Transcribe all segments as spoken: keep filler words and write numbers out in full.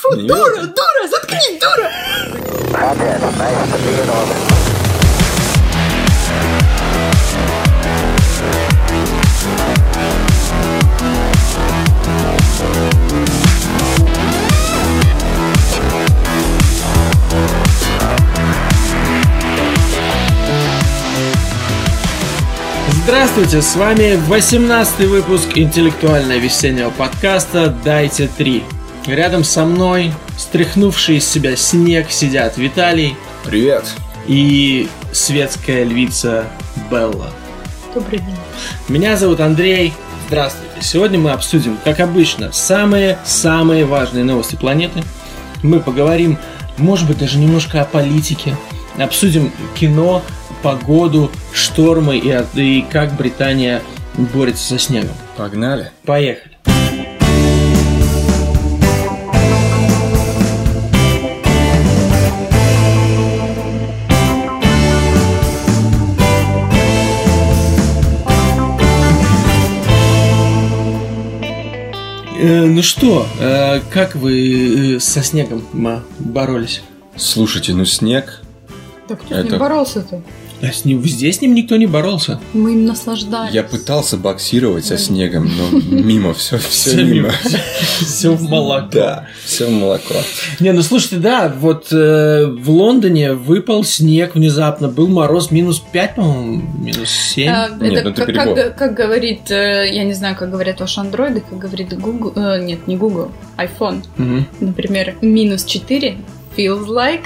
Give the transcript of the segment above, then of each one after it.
Фу, дура, дура, заткнись, дура! Здравствуйте, с вами восемнадцатый выпуск интеллектуального весеннего подкаста «Дайте три». Рядом со мной, стряхнувший из себя снег, сидят Виталий. Привет. И светская львица Белла. Добрый день. Меня зовут Андрей. Здравствуйте. Сегодня мы обсудим, как обычно, самые-самые важные новости планеты. Мы поговорим, может быть, даже немножко о политике. Обсудим кино, погоду, штормы и, и как Британия борется со снегом. Погнали. Поехали. Э, ну что, э, как вы э, со снегом ма, боролись? Слушайте, ну снег... Да кто Это... с ним боролся-то? А с ним, здесь с ним никто не боролся. Мы им наслаждались. Я пытался боксировать со снегом, но мимо, все, все мимо. Все в молоко. Да, все в молоко. Не, ну слушайте, да, вот э, в Лондоне выпал снег внезапно, был мороз минус пять, по-моему, минус семь. А, Нет, это ну это как, перебор. как, как говорит, э, я не знаю, как говорят ваши андроиды, как говорит Google, э, нет, не Google, iPhone, Угу. например, минус четыре. Feels like.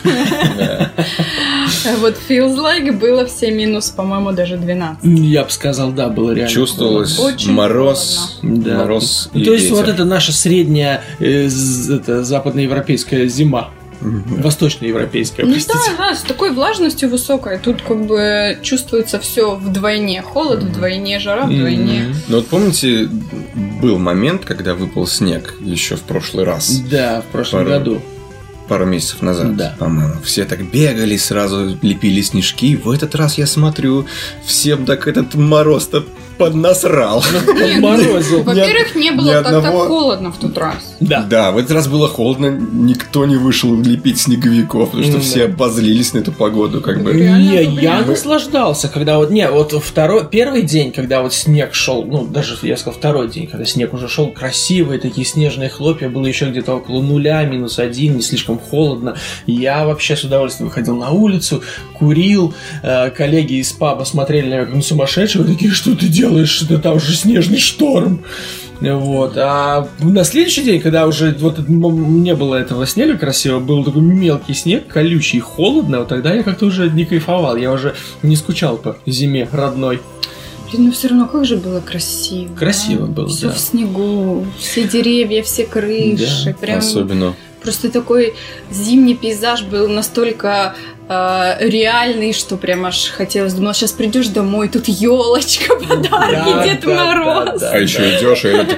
Да. Вот feels like было все минус, по-моему, даже двенадцать. Я бы сказал, да, было реально. Чувствовалось Очень мороз, Да. мороз Ну, и то есть ветер. вот это наша средняя э, з- это, западноевропейская зима. Мгм. Восточноевропейская, Ну простите. да, да, с такой влажностью высокой. Тут как бы чувствуется все вдвойне. Холод вдвойне, жара вдвойне. Мгм. Ну вот помните, был момент, когда выпал снег еще в прошлый раз, Да, в прошлом Пару- году. пару месяцев назад, Да. по-моему. Все так бегали, сразу лепили снежки. В этот раз я смотрю, всем так этот мороз-то поднасрал. Нет, Подморозил. Во-первых, не было ни так, так одного- холодно в тот раз. Да. Да, в этот раз было холодно, никто не вышел лепить снеговиков, потому что Ну, все да. обозлились на эту погоду, как бы. Реально Не, было я прям- наслаждался, когда вот, не, вот второй, первый день, когда вот снег шел, ну, даже, я сказал, второй день, когда снег уже шел, красивые такие снежные хлопья, было еще где-то около нуля, минус один, не слишком холодно, я вообще с удовольствием выходил на улицу, курил, э, коллеги из паба смотрели на меня как на сумасшедшего, такие, что ты делаешь, да там же снежный шторм. Вот. А на следующий день, когда уже вот м- не было этого снега красивого, был такой мелкий снег, колючий и холодно, вот тогда я как-то уже не кайфовал, я уже не скучал по зиме родной. Блин, ну все равно как же было красиво. Красиво было, Все да. в снегу, все деревья, все крыши. Да, Прям Особенно. просто такой зимний пейзаж был настолько э, реальный, что прям аж хотелось. Думала, сейчас придешь домой, тут елочка, подарки, Да, Дед да, Мороз. да, да. А еще идешь, и это...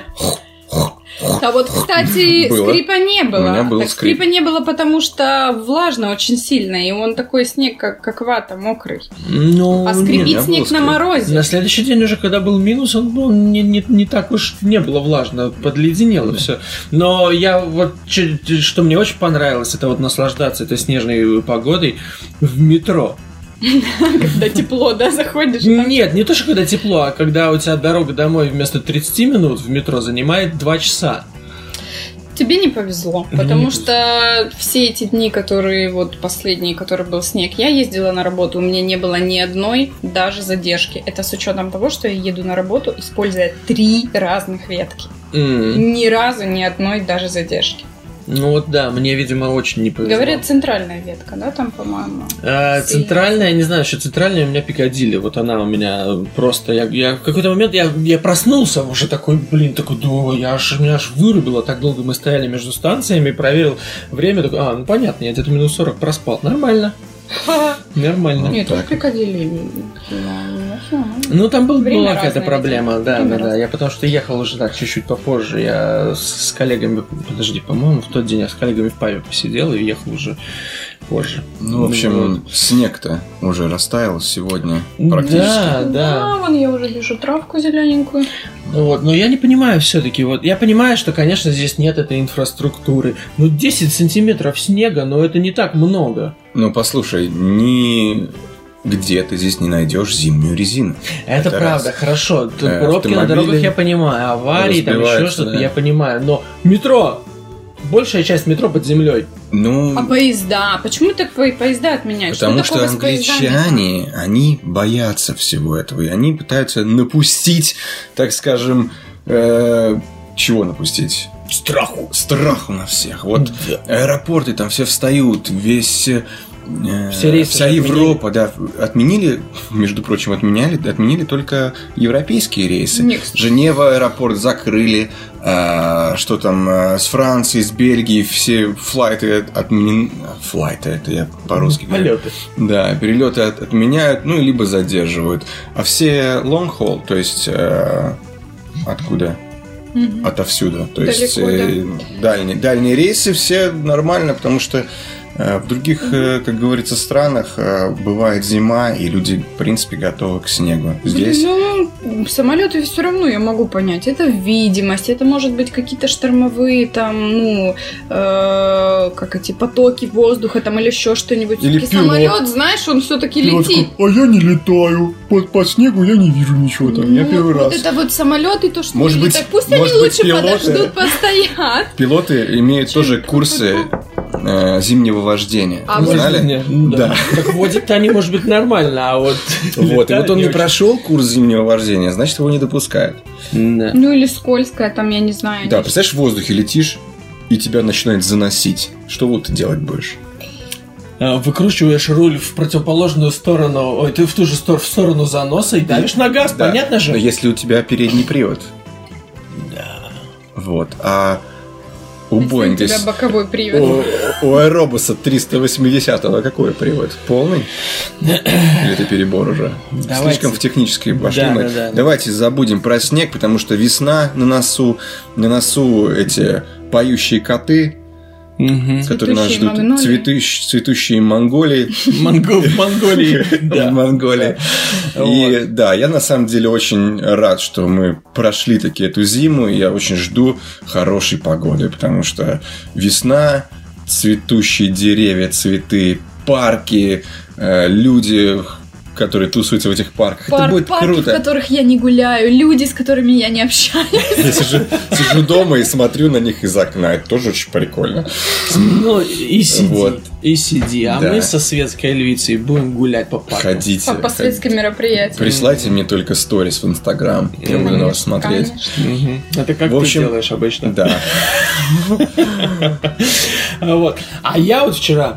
А вот, кстати, Было. скрипа не было. У меня был так скрип. скрипа не было, потому что влажно очень сильно, и он такой снег, как, как вата, мокрый. Ну, А нет. скрипит меня был снег на скрип. морозе. На следующий день уже, когда был минус, он был не, не, не так уж не было влажно, подледенело все. Но я вот, ч- ч- что мне очень понравилось, это вот наслаждаться этой снежной погодой в метро. Когда тепло, да, заходишь. и там- Нет, не то, что когда тепло, а когда у тебя дорога домой вместо тридцати минут в метро занимает два часа. Тебе не повезло, Не потому повезло. что все эти дни, которые вот последние, которые был снег, я ездила на работу, у меня не было ни одной даже задержки. Это с учетом того, что я еду на работу, используя три разных ветки. М. Ни разу ни одной даже задержки. Ну вот да, мне, видимо, очень не повезло. Говорят, центральная ветка, да, там, по-моему. А, центральная, я не знаю, что центральная у меня Пикадилли. Вот она у меня просто. Я, я в какой-то момент я, я проснулся уже такой, блин, такой, да, я аж, меня аж вырубило. Так долго мы стояли между станциями, проверил время, такой, а, ну понятно, я где-то минут сорок проспал. Нормально. Нормально. Нет, так. тоже Пикадилли. Ну, там был, Время была какая-то разное, проблема, видимо. да, Время да, да. разное. Я потому что ехал уже так чуть-чуть попозже. Я с, с коллегами, подожди, по-моему, в тот день я с коллегами в пабе посидел и ехал уже позже. Ну, в общем, снег-то уже растаял сегодня практически. Да, Да, да. вон я уже вижу травку зелененькую. Вот, но я не понимаю все-таки, вот, я понимаю, что, конечно, здесь нет этой инфраструктуры, ну, десять сантиметров снега, но это не так много. Ну, послушай, ни... где ты здесь не найдешь зимнюю резину. Это, это правда, раз. Хорошо, э, пробки на дорогах я понимаю, аварии, там еще что-то да. я понимаю, но метро, большая часть метро под землей. Ну, а поезда? Почему так поезда отменяют? Потому что, что англичане, они боятся всего этого. И они пытаются напустить, так скажем, э, чего напустить? Страху. Страху на всех. Вот да. аэропорты там все встают, весь... Все рейсы Вся Европа, да, отменили, между прочим, отменяли, отменили только европейские рейсы. Нет. Женева аэропорт закрыли, а, что там с Франции, с Бельгии все флайты отменены. Флайты, это я по-русски говорю. Полеты. Да, перелеты от, отменяют, ну либо задерживают. А все long haul, то есть а, откуда? Mm-hmm. Отовсюду. То Далеко, есть э, да. дальние, дальние рейсы все нормально, потому что в других, как говорится, странах бывает зима, и люди, в принципе, готовы к снегу. Здесь... Ну, самолеты все равно я могу понять. Это видимость, это может быть какие-то штормовые, там, ну, э, как эти потоки воздуха, там, или еще что-нибудь. Или самолет, знаешь, он все-таки летит. А я не летаю. По, по снегу я не вижу ничего там. Ну, я первый вот раз. Это вот самолеты, то, что может быть, так, пусть может они быть, лучше пилоты, подождут, постоят. Пилоты имеют Чем тоже курсы э, зимнего вождения. А знали? Нет, да. да. Так водят-то они, может быть, нормально, а вот... Вот, и вот он не прошел курс зимнего вождения, значит, его не допускают. Да. Ну, или скользкое, там, я не знаю. Да, представляешь, в воздухе летишь, и тебя начинает заносить. Что вот ты делать будешь? Выкручиваешь руль в противоположную сторону, ой, ты в ту же сторону, в сторону заноса и давишь на газ, да. понятно же? Но если у тебя передний привод. Да. Вот, а... У Боинга. У тебя боковой привод. У, у Аэробуса триста восьмидесятого какой привод? Полный? Или это перебор уже? Давайте. Слишком в технической пошли да, мы. Да, да, Давайте да. забудем про снег, потому что весна на носу, на носу эти поющие коты, угу. которые нас ждут. Цветущие, цветущие Монголии. В Монголии. В Монголии. И да, я на самом деле очень рад, что мы прошли таки эту зиму. И я очень жду хорошей погоды, потому что весна, цветущие деревья, цветы, парки, люди, которые тусуются в этих парках. Пар- это будет парки, круто. в которых я не гуляю, люди, с которыми я не общаюсь. Я сижу, сижу дома и смотрю на них из окна. Это тоже очень прикольно. Ну, и сиди, вот. и сиди. А да. мы со светской львицей будем гулять по парку. Ходите. По, по светским мероприятиям. Присылайте мне только сторис в Инстаграм. Я буду на вас смотреть. Угу. Это как в общем, ты делаешь обычно. Да. Вот. А я вот вчера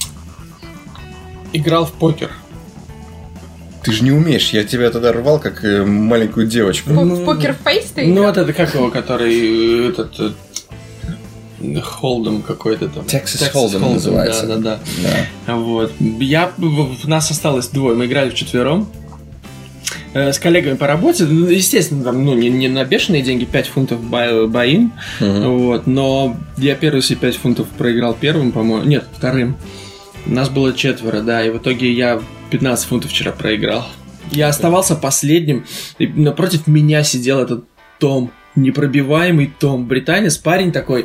играл в покер. Ты же не умеешь, я тебя тогда рвал, как маленькую девочку. В, в покер-фейс ты играл? Ну, вот это как его, который этот Холдем какой-то там. Texas Холдем называется. Да, да, да, да. Вот. Я, нас осталось двое, мы играли вчетвером. С коллегами по работе, естественно, там, ну, не, не на бешеные деньги, пять фунтов бай-ин, uh-huh. вот, но я первые все пять фунтов проиграл первым, по-моему, нет, вторым. Нас было четверо, да, и в итоге я пятнадцать фунтов вчера проиграл. Я оставался последним, и напротив меня сидел этот Том, непробиваемый Том, британец, парень такой,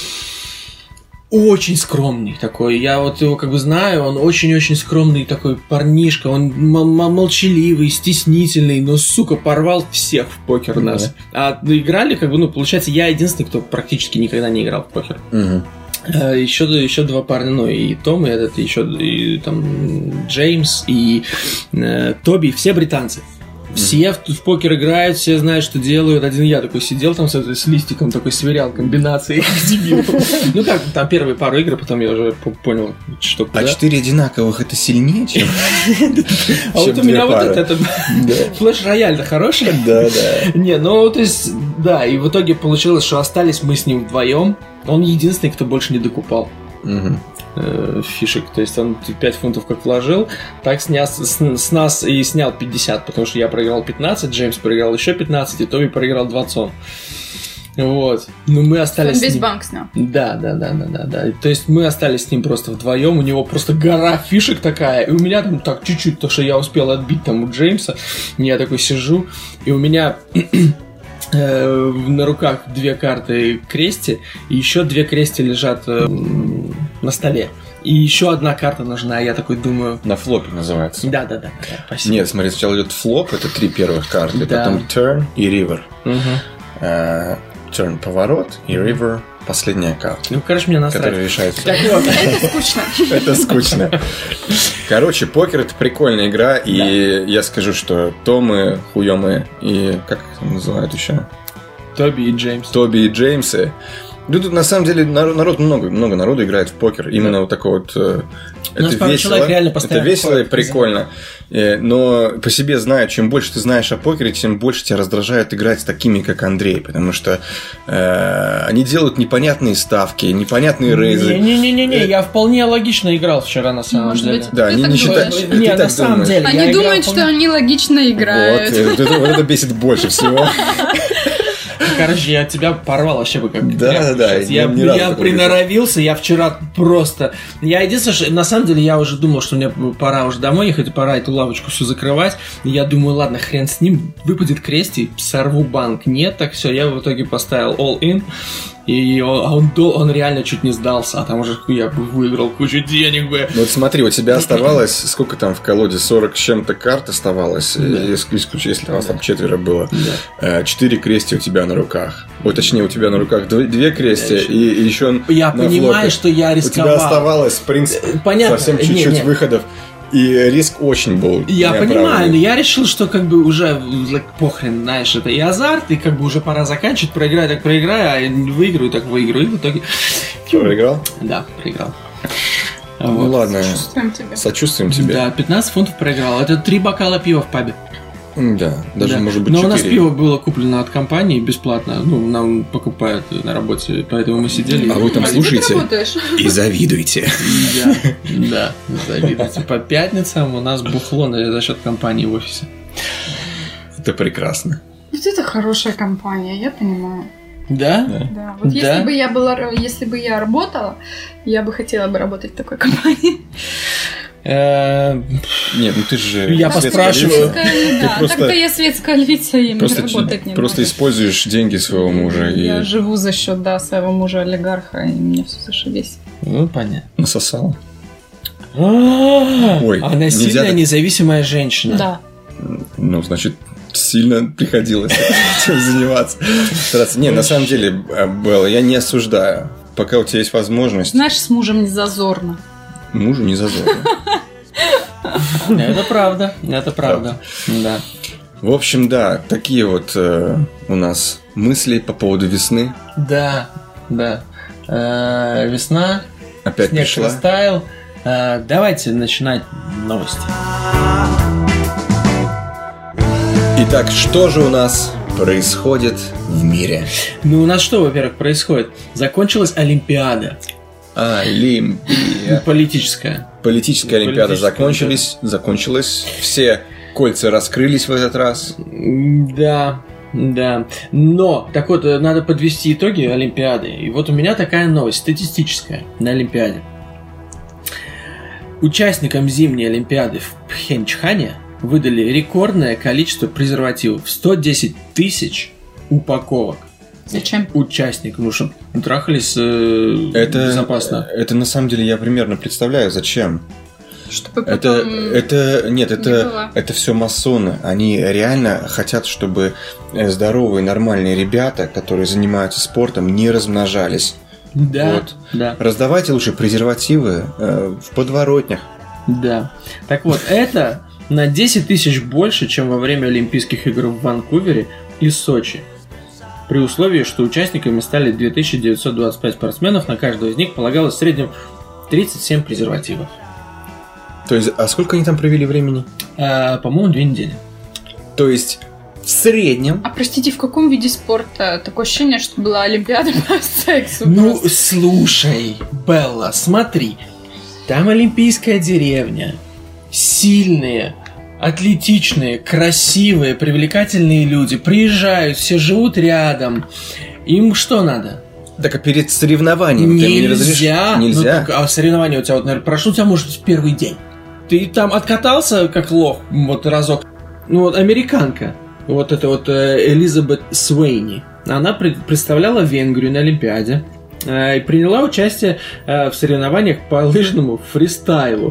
очень скромный такой, я вот его как бы знаю, он очень-очень скромный такой парнишка, он м- м- молчаливый, стеснительный, но, сука, порвал всех в покер нас. Mm-hmm. А играли, как бы, ну, получается, я единственный, кто практически никогда не играл в покер. Mm-hmm. Еще, еще два парня, ну и Том, и этот, еще и, там Джеймс и э, Тоби, все британцы. Все в, в покер играют, все знают, что делают. Один я такой сидел там с, с листиком, такой сверял комбинации. Ну так, там первые пару игр, потом я уже понял, что куда. А четыре одинаковых это сильнее, чем А вот у меня вот этот флеш-рояль-то хороший. Да, да. Не, ну то есть, да, и в итоге получилось, что остались мы с ним вдвоем. Он единственный, кто больше не докупал э, фишек. То есть он пять фунтов как вложил, так снял с, с нас и снял пятьдесят, потому что я проиграл пятнадцать, Джеймс проиграл еще пятнадцать, и Тоби проиграл двадцать. Вот. Ну мы остались. Он весь банк снял. Да, да, да, да, да, да. То есть мы остались с ним просто вдвоем. У него просто гора фишек такая. И у меня там так чуть-чуть, то, что я успел отбить там у Джеймса. Я такой сижу, и у меня э, на руках две карты крести, и еще две крести лежат э, на столе. И еще одна карта нужна, я такой думаю... На флопе называется. Да, да, да. да спасибо. Нет, смотри, сначала идет флоп, это три первых карты, Да. потом turn и river. Угу. Э, turn поворот и river последняя карта, Ну, короче, мне насрать. которая решает всё. Так вот. Это скучно. Это скучно. Короче, покер — это прикольная игра, и я скажу, что Томы, Хуёмы и... Как их называют еще? Тоби и Джеймс. Тоби и Джеймсы. Ну, тут на самом деле народ, народ много, много народу играет в покер. Именно Да. вот такой вот... э, У нас Это пару весело, человек реально это постоянно весело и ходит. прикольно. Э, Но по себе знаю, чем больше ты знаешь о покере, тем больше тебя раздражает играть с такими, как Андрей. Потому что э, они делают непонятные ставки, непонятные рейзы. Не-не-не, я вполне логично играл вчера, на самом Может деле. быть. Да, Ты они так не считают... думаешь? ты Не, так на самом думаешь. деле. Они я играл думают, вполне- что они логично Вот, играют. э, вот это, вот это бесит больше всего. Короче, я тебя порвал вообще бы как Да, тряпку да, да, сейчас. Я, ни разу я такого приноровился, я вчера просто... Я единственное, что на самом деле я уже думал, что мне пора уже домой ехать, и пора эту лавочку всю закрывать. И я думаю, ладно, хрен с ним, выпадет крестий, сорву банк. Нет, так все, я в итоге поставил all-in. И он, а он, до- он реально чуть не сдался, а там уже я бы выиграл кучу денег бы. Ну вот смотри, у тебя оставалось, сколько там в колоде, сорок с чем-то карт оставалось, Да. если, исключ- если вас там четверо было. Да. Э, Четыре крести у тебя на руках. Ой, точнее, у тебя на руках дв- две крести, Я и, и еще Я на понимаю, флопе. что я У рисковал. тебя оставалось, в принципе, Понятно. совсем Не, чуть-чуть не. выходов. И риск очень был. Я неоправданный. понимаю, но я решил, что как бы уже like, похрен, знаешь, это и азарт, и как бы уже пора заканчивать, проиграю, так проиграю, а выиграю, так выиграю, и в итоге... Что, проиграл? Да, проиграл. Ну Вот. ладно, Чувствуем тебя. сочувствуем тебе. Да, пятнадцать фунтов проиграл. Это три бокала пива в пабе. Да, даже Да. может быть Но у нас четыре. пиво было куплено от компании бесплатно. Ну, нам покупают на работе, поэтому мы сидели. А вы там А где слушайте ты работаешь? и завидуйте. Да, да, завидуйте. По пятницам у нас бухло за счет компании в офисе. Это прекрасно. Вот это хорошая компания, я понимаю. Да? Да. Вот Да? если бы я была, если бы я работала, я бы хотела бы работать в такой компании. Э, Нет, ну ты же... Я светская поспрашиваю. лица. Светская, да, просто- так-то я светская лица, и мне Просто, работать не просто надо. используешь деньги своего мужа Я и живу за счет, да, своего мужа олигарха, и мне все зашибись. Ну, понятно. насосал. Ой, Ой, она нельзя сильная так- независимая женщина. Да. Ну, значит, сильно приходилось этим заниматься. Стараться. Не, на самом деле, Белла, я не осуждаю. Пока у тебя есть возможность, Знаешь, с мужем не зазорно. мужу не зазорно. Это правда, это правда. Да. В общем, да, такие вот э, у нас мысли по поводу весны. Да, да. Э, Весна, Опять снег пришла. растаял. Э, Давайте начинать новости. Итак, что же у нас происходит в мире? Ну, у нас что, во-первых, происходит? Закончилась Олимпиада. Олимпия. Политическая. Политическая Олимпиада Политическая закончились, закончилась. Все кольца раскрылись в этот раз. Да, да. Но, так вот, э, надо подвести итоги Олимпиады. И вот у меня такая новость, статистическая, на Олимпиаде. Участникам зимней Олимпиады в Пхенчхане выдали рекордное количество презервативов. сто десять тысяч упаковок. Зачем? Участник, ну, чтобы трахались э, Это, безопасно. это на самом деле я примерно представляю, зачем. Чтобы Это, потом... это, нет, не это, было. это все масоны. Они реально хотят, чтобы э, здоровые, нормальные ребята, которые занимаются спортом, не размножались. Да, Вот. да, Раздавайте лучше презервативы э, в подворотнях. да. Так вот, это на десять тысяч больше, чем во время Олимпийских игр в Ванкувере и Сочи. При условии, что участниками стали две тысячи девятьсот двадцать пять спортсменов, на каждого из них полагалось в среднем тридцать семь презервативов. То есть, а сколько они там провели времени? А, по-моему, две недели. То есть, в среднем... А простите, в каком виде спорта? Такое ощущение, что была Олимпиада по сексу. Ну, просто. слушай, Белла, смотри. Там олимпийская деревня. Сильные, атлетичные, красивые, привлекательные люди. Приезжают, все живут рядом. Им что надо? Так, а перед соревнованием ты им не разрешишь? Нельзя. Нельзя? Ну, так, а соревнования у тебя, вот, наверное, прошел, у тебя, может, в первый день. Ты там откатался, как лох, вот разок. Ну, вот американка. вот это вот Элизабет Суэйни. Она представляла Венгрию на Олимпиаде и приняла участие в соревнованиях по лыжному фристайлу.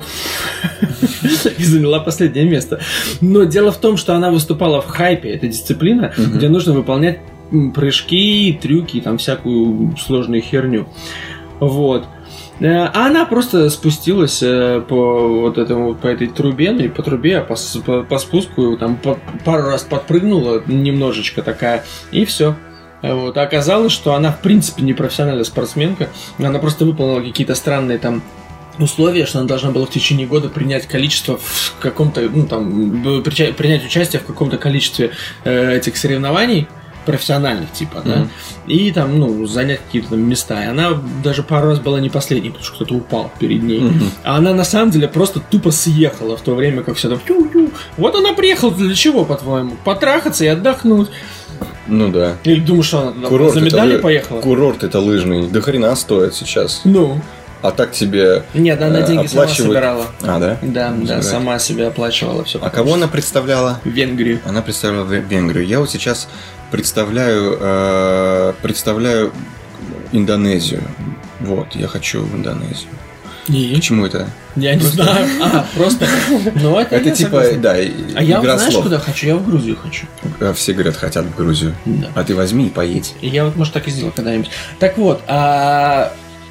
И заняла последнее место. Но дело в том, что она выступала в хайпе. Это дисциплина, где нужно выполнять прыжки, трюки, там всякую сложную херню. Вот. А она просто спустилась по вот этому, по этой трубе, ну и по трубе, а по, по, по спуску там по, пару раз подпрыгнула немножечко такая, и все. Вот. А оказалось, что она в принципе не профессиональная спортсменка, она просто выполнила какие-то странные там условия, что она должна была в течение года принять количество в каком-то, ну там, принять участие в каком-то количестве э, этих соревнований, профессиональных типа, mm-hmm. да, и там, ну, занять какие-то там места. И она даже пару раз была не последней, потому что кто-то упал перед ней. Mm-hmm. А она на самом деле просто тупо съехала в то время, как все там ю-ю. Вот она приехала для чего, по-твоему? Потрахаться и отдохнуть. Ну да. Или думаешь, что она курорт за медалью это, поехала? Курорт это лыжный. До хрена стоит сейчас. Ну. А так тебе Нет, она э, деньги оплачивают... сама собирала. А, да? Да, да, Забирать. Сама себе оплачивала все. А кого она представляла? Венгрию. Она представляла Венгрию. Я вот сейчас представляю, э, представляю Индонезию. Вот, я хочу в Индонезию. И? Почему это? Я не просто... знаю. А, просто. Ну, это, это типа, согласен. Да, а я, знаешь, слов. Куда хочу? Я в Грузию хочу. Все говорят, хотят в Грузию. Да. А ты возьми и поедь. И я вот, может, так и сделал когда-нибудь. Так вот, а...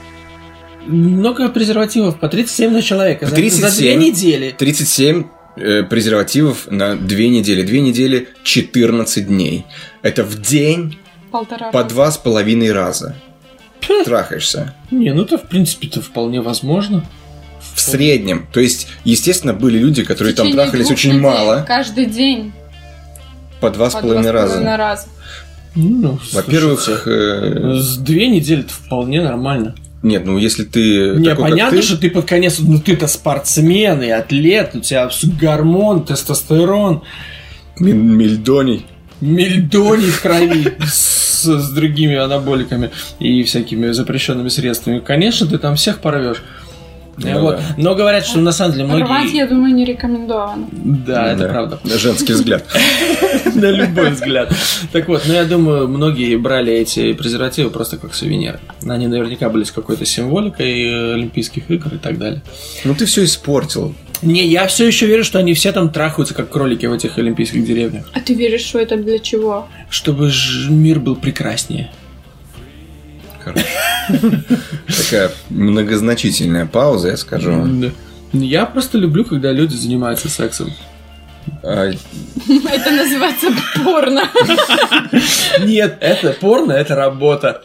много презервативов по тридцать семь на человека. тридцать семь, за, за две недели. тридцать семь э, презервативов на две недели. Две недели четырнадцать дней. Это в день Полтора. По два с половиной раза. Трахаешься. Не, ну это в принципе-то вполне возможно. В среднем. То есть, естественно, были люди, которые там трахались очень недель, мало. Каждый день. По два с половиной раза. раза. Ну, во-первых, э... с две недели это вполне нормально. Нет, ну если ты... Не, такой, понятно, ты... что ты под конец... Ну ты-то спортсмен и атлет, у тебя гормон, тестостерон. Мельдоний. Мельдоний в крови с, с другими анаболиками и всякими запрещенными средствами. Конечно, ты там всех порвешь. Ну, вот. Да. Но говорят, что на самом деле многие... Рвать, я думаю, не рекомендовано. Да, это да. правда. Женский взгляд. На любой взгляд. Так вот, ну я думаю, многие брали эти презервативы просто как сувениры. Они наверняка были с какой-то символикой Олимпийских игр и так далее. Ну ты все испортил. Не, я все еще верю, что они все там трахаются, как кролики в этих олимпийских деревнях. А ты веришь, что это для чего? Чтобы мир был прекраснее. Такая многозначительная пауза, я скажу. Я просто люблю, когда люди занимаются сексом. А... Это называется порно. Нет, это порно, это работа.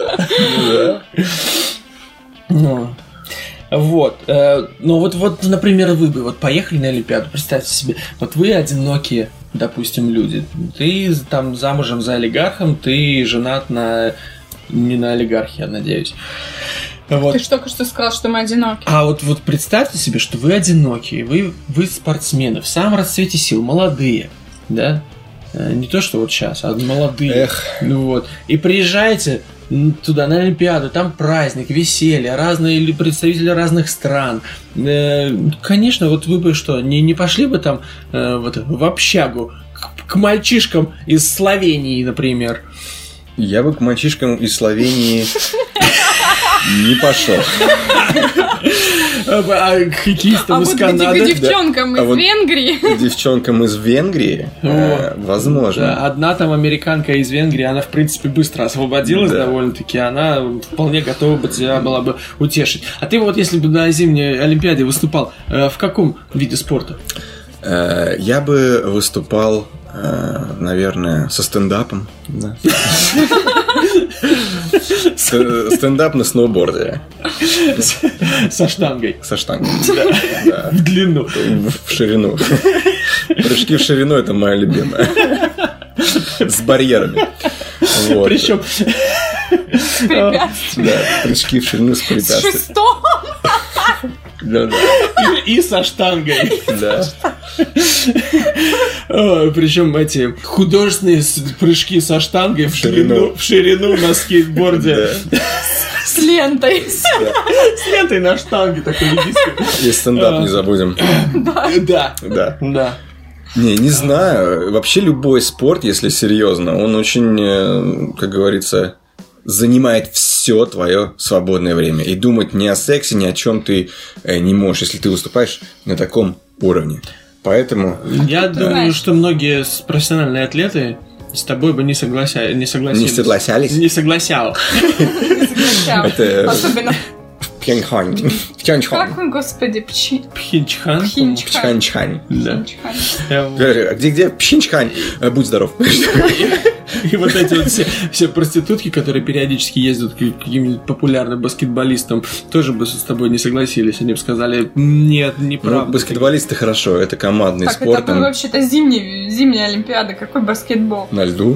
Ну, вот. Ну вот, вот, например, вы бы вот поехали на Олимпиаду, представьте себе, вот вы одинокие, допустим, люди. Ты там замужем за олигархом, ты женат на... Не на олигархе, я надеюсь. Вот. Ты же только что сказал, что мы одиноки. А вот, вот представьте себе, что вы одинокие, вы, вы спортсмены, в самом расцвете сил, молодые, да? Не то, что вот сейчас, а молодые. Эх. Ну вот. И приезжаете туда, на Олимпиаду, там праздник, веселье, разные представители разных стран. Конечно, вот вы бы что, не, не пошли бы там вот, в общагу к, к мальчишкам из Словении, например? Я бы к мальчишкам из Словении не пошел. А к хоккеистам из Канады? А вот к девчонкам из Венгрии? Девчонкам из Венгрии? Возможно. Одна там американка из Венгрии, она в принципе быстро освободилась довольно-таки, она вполне готова бы тебя была бы утешить. А ты вот если бы на зимней Олимпиаде выступал, в каком виде спорта? Я бы выступал... Наверное, со стендапом. Да. Стендап на сноуборде. Со штангой. Со штангой. Да. В длину. В ширину. Прыжки в ширину — это моя любимая. С барьерами. Вот. Причем с препятствиями. Да, прыжки в ширину с препятствиями. С шестом. Да, да. И, и со штангой. Да. Причем эти художественные прыжки со штангой в ширину, в ширину на скейтборде. Да. С лентой. С лентой на штанге такой единственный. И стендап не забудем. Да. Да. Да. Да. Не, не знаю. Вообще любой спорт, если серьезно, он очень, как говорится, занимает все твое свободное время. И думать ни о сексе, ни о чем ты не можешь, если ты выступаешь на таком уровне. Поэтому... Я да. думаю, что многие профессиональные атлеты с тобой бы не, соглася... не согласились. Не согласялись? Не согласял. Особенно... Пхенчхан. Пхенчхан. Как он, господи, Пхи... Пхенчхан? Пхенчхан. Да. А где-где? Пхенчхан. Будь здоров. И вот эти вот все, все проститутки, которые периодически ездят к каким-нибудь популярным баскетболистам, тоже бы с тобой не согласились. Они бы сказали, нет, неправда. Ну, баскетболисты хорошо, это командный так, спорт. Это вообще-то зимний, зимняя Олимпиада. Какой баскетбол? На льду.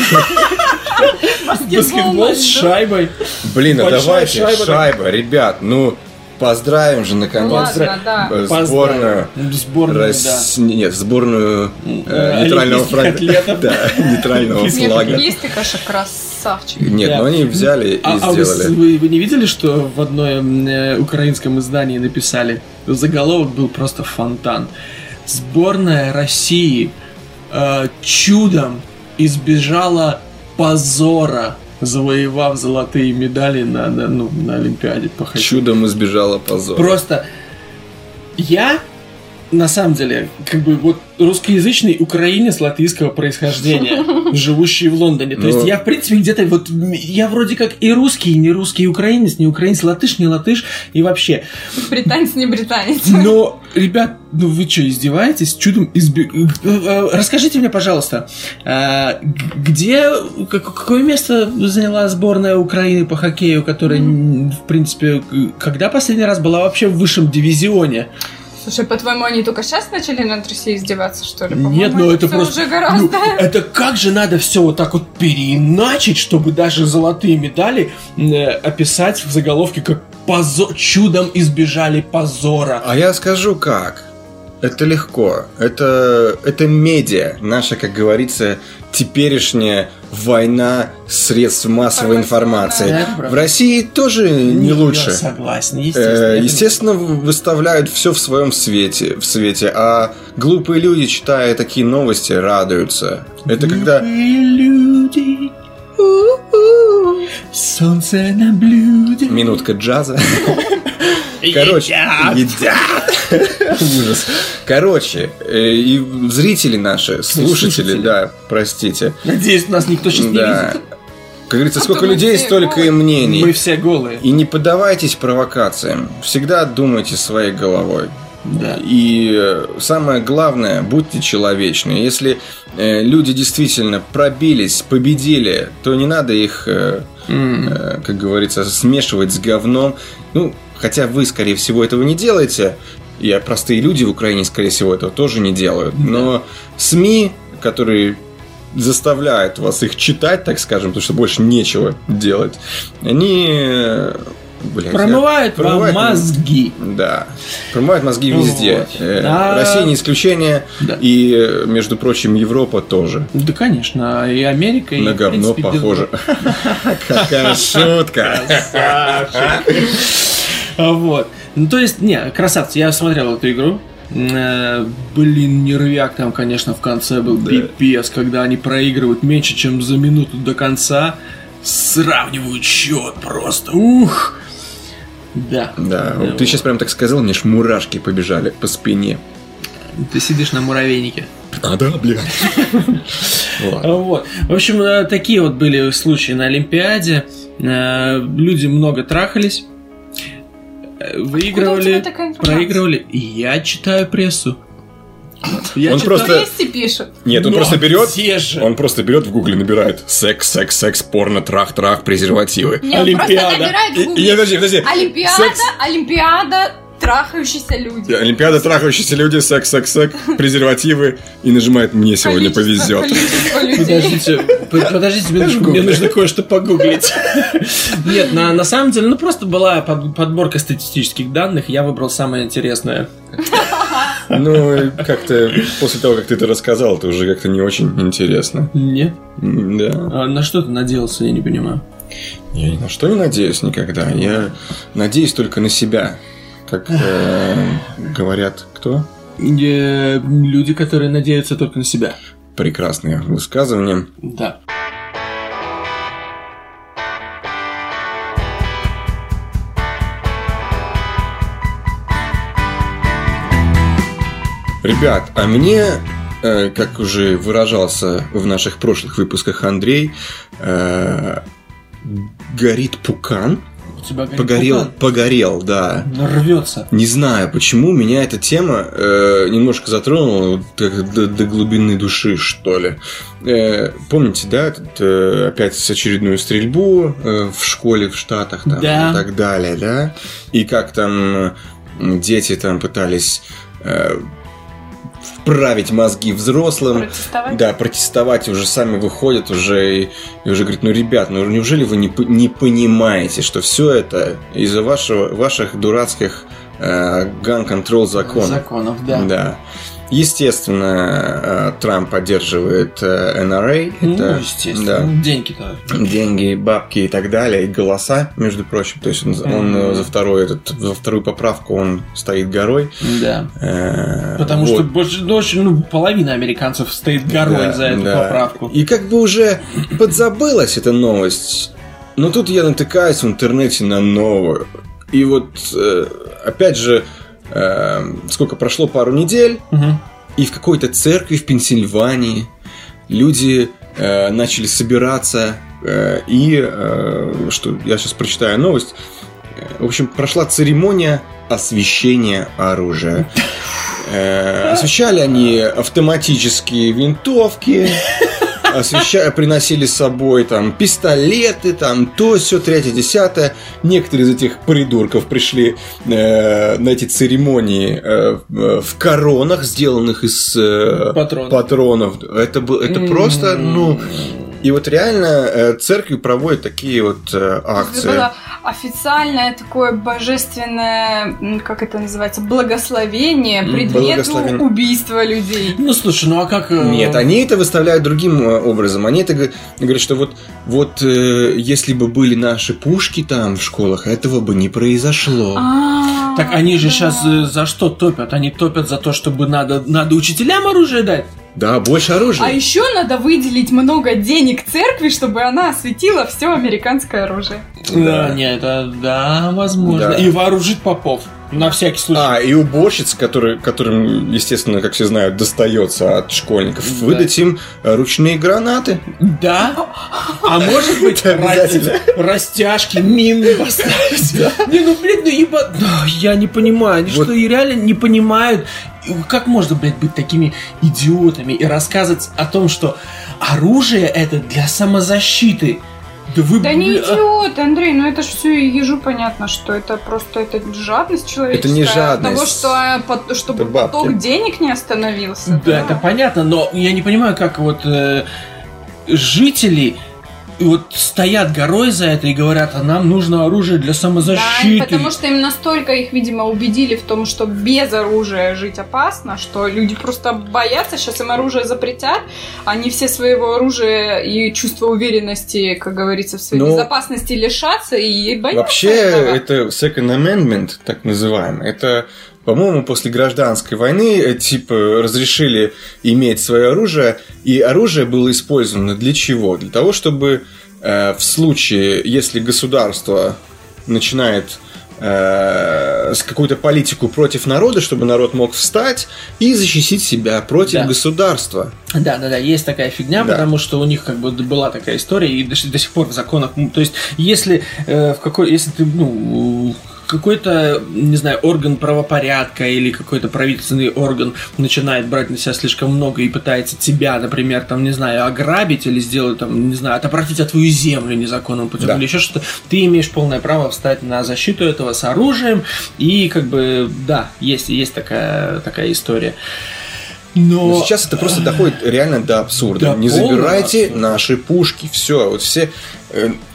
Баскетбол с шайбой. Блин, а давайте, шайба, ребят, ну... Поздравим же наконец ну, да. сборную, сборную Рос... да. нет, сборную э, нейтрального флага, да, нейтрального флага. Есть ты, конечно, красавчик. Нет, да. но они взяли и а, сделали. А вы, вы не видели, что в одном э, украинском издании написали? Заголовок был просто фонтан. Сборная России э, чудом избежала позора, завоевав золотые медали на, на, ну, на Олимпиаде по хоккею. Чудом избежала позора. Просто я, на самом деле, как бы вот русскоязычный украинец латвийского происхождения, живущий в Лондоне. То Но... есть я, в принципе, где-то вот... Я вроде как и русский, и не русский, и украинец, не украинец, латыш, не латыш, и вообще... Британец, не британец. Но, ребят, ну вы что, издеваетесь? Чудом избег... Расскажите мне, пожалуйста, где... Какое место заняла сборная Украины по хоккею, которая, mm. в принципе... Когда последний раз была вообще в высшем дивизионе? Слушай, по-твоему, они только сейчас начали над Россией издеваться, что ли? По-моему, Нет, ну это, это просто... уже гораздо... Ну, это как же надо все вот так вот переиначить, чтобы даже золотые медали э, описать в заголовке как позор... чудом избежали позора. А я скажу как. Это легко. Это, это медиа. Наша, как говорится, теперешняя война средств массовой информации. Да, в России тоже не, не лучше. Я согласен, естественно. Естественно, выставляют все в своем свете, в свете, а глупые люди, читая такие новости, радуются. Это когда... люди... Солнце на блюде. Минутка джаза. Короче, едят. Ужас. Короче, и зрители наши, слушатели, да, простите. Надеюсь, нас никто сейчас не видит. Как говорится, сколько людей, столько и мнений. Мы все голые. И не поддавайтесь провокациям. Всегда думайте своей головой. Да. И самое главное, будьте человечны. Если э, люди действительно пробились, победили, то не надо их, э, mm. э, как говорится, смешивать с говном. Ну, хотя вы, скорее всего, этого не делаете. И простые люди в Украине, скорее всего, этого тоже не делают. Но СМИ, которые заставляют вас их читать, так скажем, потому что больше нечего делать, они... Блядь, промывают вам мозги. Да. Промывают мозги везде. Вот. А... Россия не исключение. Да. И, между прочим, Европа тоже. Да, конечно. И Америка. На и, говно принципе, похоже. Какая шутка. Вот. Ну, то есть, не, красавцы. Я смотрел эту игру. Блин, нервяк там, конечно, в конце был пипец, когда они проигрывают меньше, чем за минуту до конца. Сравнивают счет просто. Ух! Да. Да, вот ты сейчас прям так сказал, мне ж мурашки побежали по спине. Ты сидишь на муравейнике. А, да, блин. Вот. В общем, такие вот были случаи на Олимпиаде. Люди много трахались, выигрывали, проигрывали. И я читаю прессу. Я он просто пишет. Нет, он Но просто берет. Же. Он просто берет в гугле, набирает секс, секс, секс, порно, трах, трах, презервативы. Нет, Олимпиада. И, и, подожди, подожди. Олимпиада, секс... Олимпиада, трахающиеся люди. Олимпиада, трахающиеся люди, секс, секс, секс, презервативы. И нажимает «Мне сегодня количество, повезет». Подождите, подождите, минутку, мне нужно кое-что погуглить. Нет, на, на самом деле, ну просто была подборка статистических данных, я выбрал самое интересное. Ну, как-то после того, как ты это рассказал, это уже как-то не очень интересно. Нет? Да. А на что ты надеялся, я не понимаю. Я ни на что не надеюсь никогда. Я надеюсь только на себя. Как э, говорят, кто? Э, люди, которые надеются только на себя. Прекрасное высказывание. Да. Ребят, а мне, э, как уже выражался в наших прошлых выпусках Андрей, э, горит пукан. У тебя горит Погорел, пукан? Погорел, да. Рвется. Не знаю, почему меня эта тема э, немножко затронула вот, до, до глубины души, что ли. Э, помните, да, этот, э, опять очередную стрельбу э, в школе в Штатах там, да. и так далее, да? И как там э, дети там пытались... Э, вправить мозги взрослым. Протестовать? Да, протестовать, и уже сами выходят, уже и, и уже говорят, ну, ребят, ну неужели вы не, не понимаете, что все это из-за вашего, ваших дурацких э, gun-control законов. Законов, да. Да. Естественно, Трамп поддерживает эн ар эй. Ну, это, естественно. Да, деньги-то. деньги, бабки и так далее, и голоса, между прочим. То есть он, mm-hmm. он за, второй, этот, за вторую поправку он стоит горой. Да. Э-э- Потому вот. что больше, больше, ну, половина американцев стоит горой да, за эту да. поправку. И как бы уже подзабылась эта новость. Но тут я натыкаюсь в интернете на новую. И вот, э, опять же, сколько прошло, пару недель, угу. и в какой-то церкви в Пенсильвании люди э, начали собираться, э, и, э, что я сейчас прочитаю новость, в общем, прошла церемония освящения оружия. Э, освещали они автоматические винтовки, освещали, приносили с собой там пистолеты, там то, сё, третье, десятое. Некоторые из этих придурков пришли э, на эти церемонии э, в коронах, сделанных из э, патронов. патронов. Это, был, это mm-hmm. просто, ну... И вот реально э, церкви проводят такие вот э, акции. Это было официальное такое божественное, как это называется, благословение предмету убийства людей. Ну, слушай, ну а как... Нет, они это выставляют другим образом. Они это говорят, что вот, вот э, если бы были наши пушки там в школах, этого бы не произошло. А-а-а, так они же да. сейчас за что топят? Они топят за то, чтобы надо, надо учителям оружие дать? Да, больше оружия. А еще надо выделить много денег церкви, чтобы она осветила все американское оружие. Да, да. Нет, это да, возможно. Да. И вооружить попов. На всякий случай. А, и уборщиц, которые, которым, естественно, как все знают, достается от школьников, да. выдать им ручные гранаты. Да? А может быть, растяжки, мины поставить? Не, ну, блин, ну, ибо... Я не понимаю. Они что, реально не понимают... Как можно, блядь, быть такими идиотами и рассказывать о том, что оружие это для самозащиты? Да, вы, да не идиот, Андрей, ну это же все ежу понятно, что это просто это жадность человеческая. Это не жадность. Того, что, чтобы поток денег не остановился. Да, да, это понятно, но я не понимаю, как вот э, жители вот стоят горой за это и говорят, а нам нужно оружие для самозащиты. Да, потому что им настолько их, видимо, убедили в том, что без оружия жить опасно, что люди просто боятся, сейчас им оружие запретят, они все своего оружия и чувства уверенности, как говорится, в своей Но безопасности лишатся и боятся вообще этого. Это Second Amendment, так называемый, это... По-моему, после гражданской войны типа разрешили иметь свое оружие, и оружие было использовано для чего? Для того, чтобы э, в случае, если государство начинает э, с какую-то политику против народа, чтобы народ мог встать и защитить себя против да. государства. Да, да, да, есть такая фигня, да. потому что у них как бы была такая история, и до, до сих пор в законах, то есть, если э, в какой, если ты, ну, какой-то, не знаю, орган правопорядка или какой-то правительственный орган начинает брать на себя слишком много и пытается тебя, например, там, не знаю, ограбить или сделать, там, не знаю, отобрать от твою землю незаконным путем да. или еще что-то, ты имеешь полное право встать на защиту этого с оружием, и как бы, да, есть, есть такая, такая история. Но... Но сейчас это просто доходит реально до абсурда. До Не забирайте абсурда. Наши пушки. Все, вот все...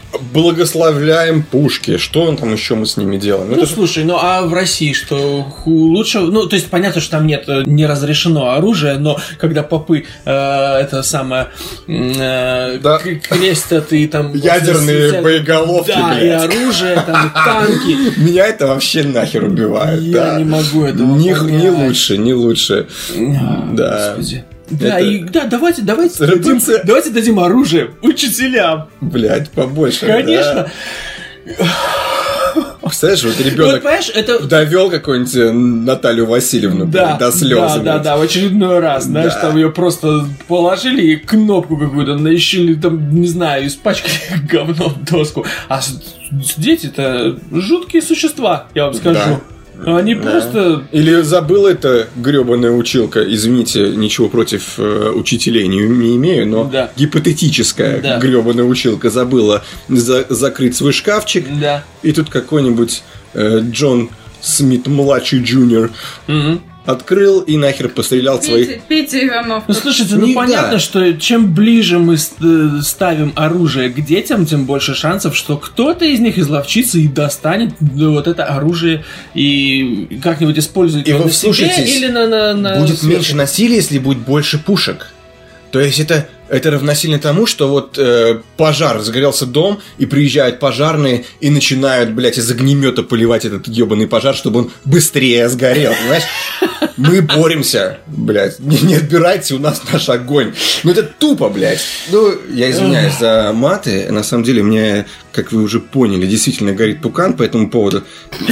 благословляем пушки. Что там еще мы с ними делаем? Ну, это слушай, ну а в России что лучше? Ну, то есть понятно, что там нет, не разрешено оружие, но когда попы э, это самое э, да. крестят и там... Ядерные сидят, боеголовки, да, блядь. И оружие, там, и танки. Меня это вообще нахер убивает. Я да. не могу этого не, понять. не лучше, не лучше. Да. Господи. Да, это... и да, давайте, давайте дадим, давайте дадим оружие учителям. Блять, побольше. Конечно. Да. Представляешь, вот ребенок вот, это... довел какую-нибудь Наталью Васильевну да, до слез. Да, да, да, в очередной раз, да. Знаешь, там ее просто положили и кнопку какую-то наищили, там, не знаю, испачкали говном в доску. А дети-то жуткие существа, я вам скажу. Да. Они да. просто... Или забыла эта гребаная училка, извините, ничего против э, учителей не, не имею, но да. гипотетическая да. гребаная училка забыла за, закрыть свой шкафчик, да. и тут какой-нибудь э, Джон Смит-младший джуниор угу. открыл и нахер пострелял Петя, своих... Петя Иванов. Ну, слушайте, ну, понятно, да. что чем ближе мы ставим оружие к детям, тем больше шансов, что кто-то из них изловчится и достанет вот это оружие и как-нибудь использует и его на себе или на... на, на будет сверху. Меньше насилия, если будет больше пушек. То есть это... Это равносильно тому, что вот э, пожар, загорелся дом, и приезжают пожарные и начинают, блядь, из огнемета поливать этот ебаный пожар, чтобы он быстрее сгорел, понимаешь? Мы боремся, блядь. Не, не отбирайте у нас наш огонь. Ну это тупо, блядь. Ну, я извиняюсь за маты. На самом деле, мне, как вы уже поняли, действительно горит пукан по этому поводу.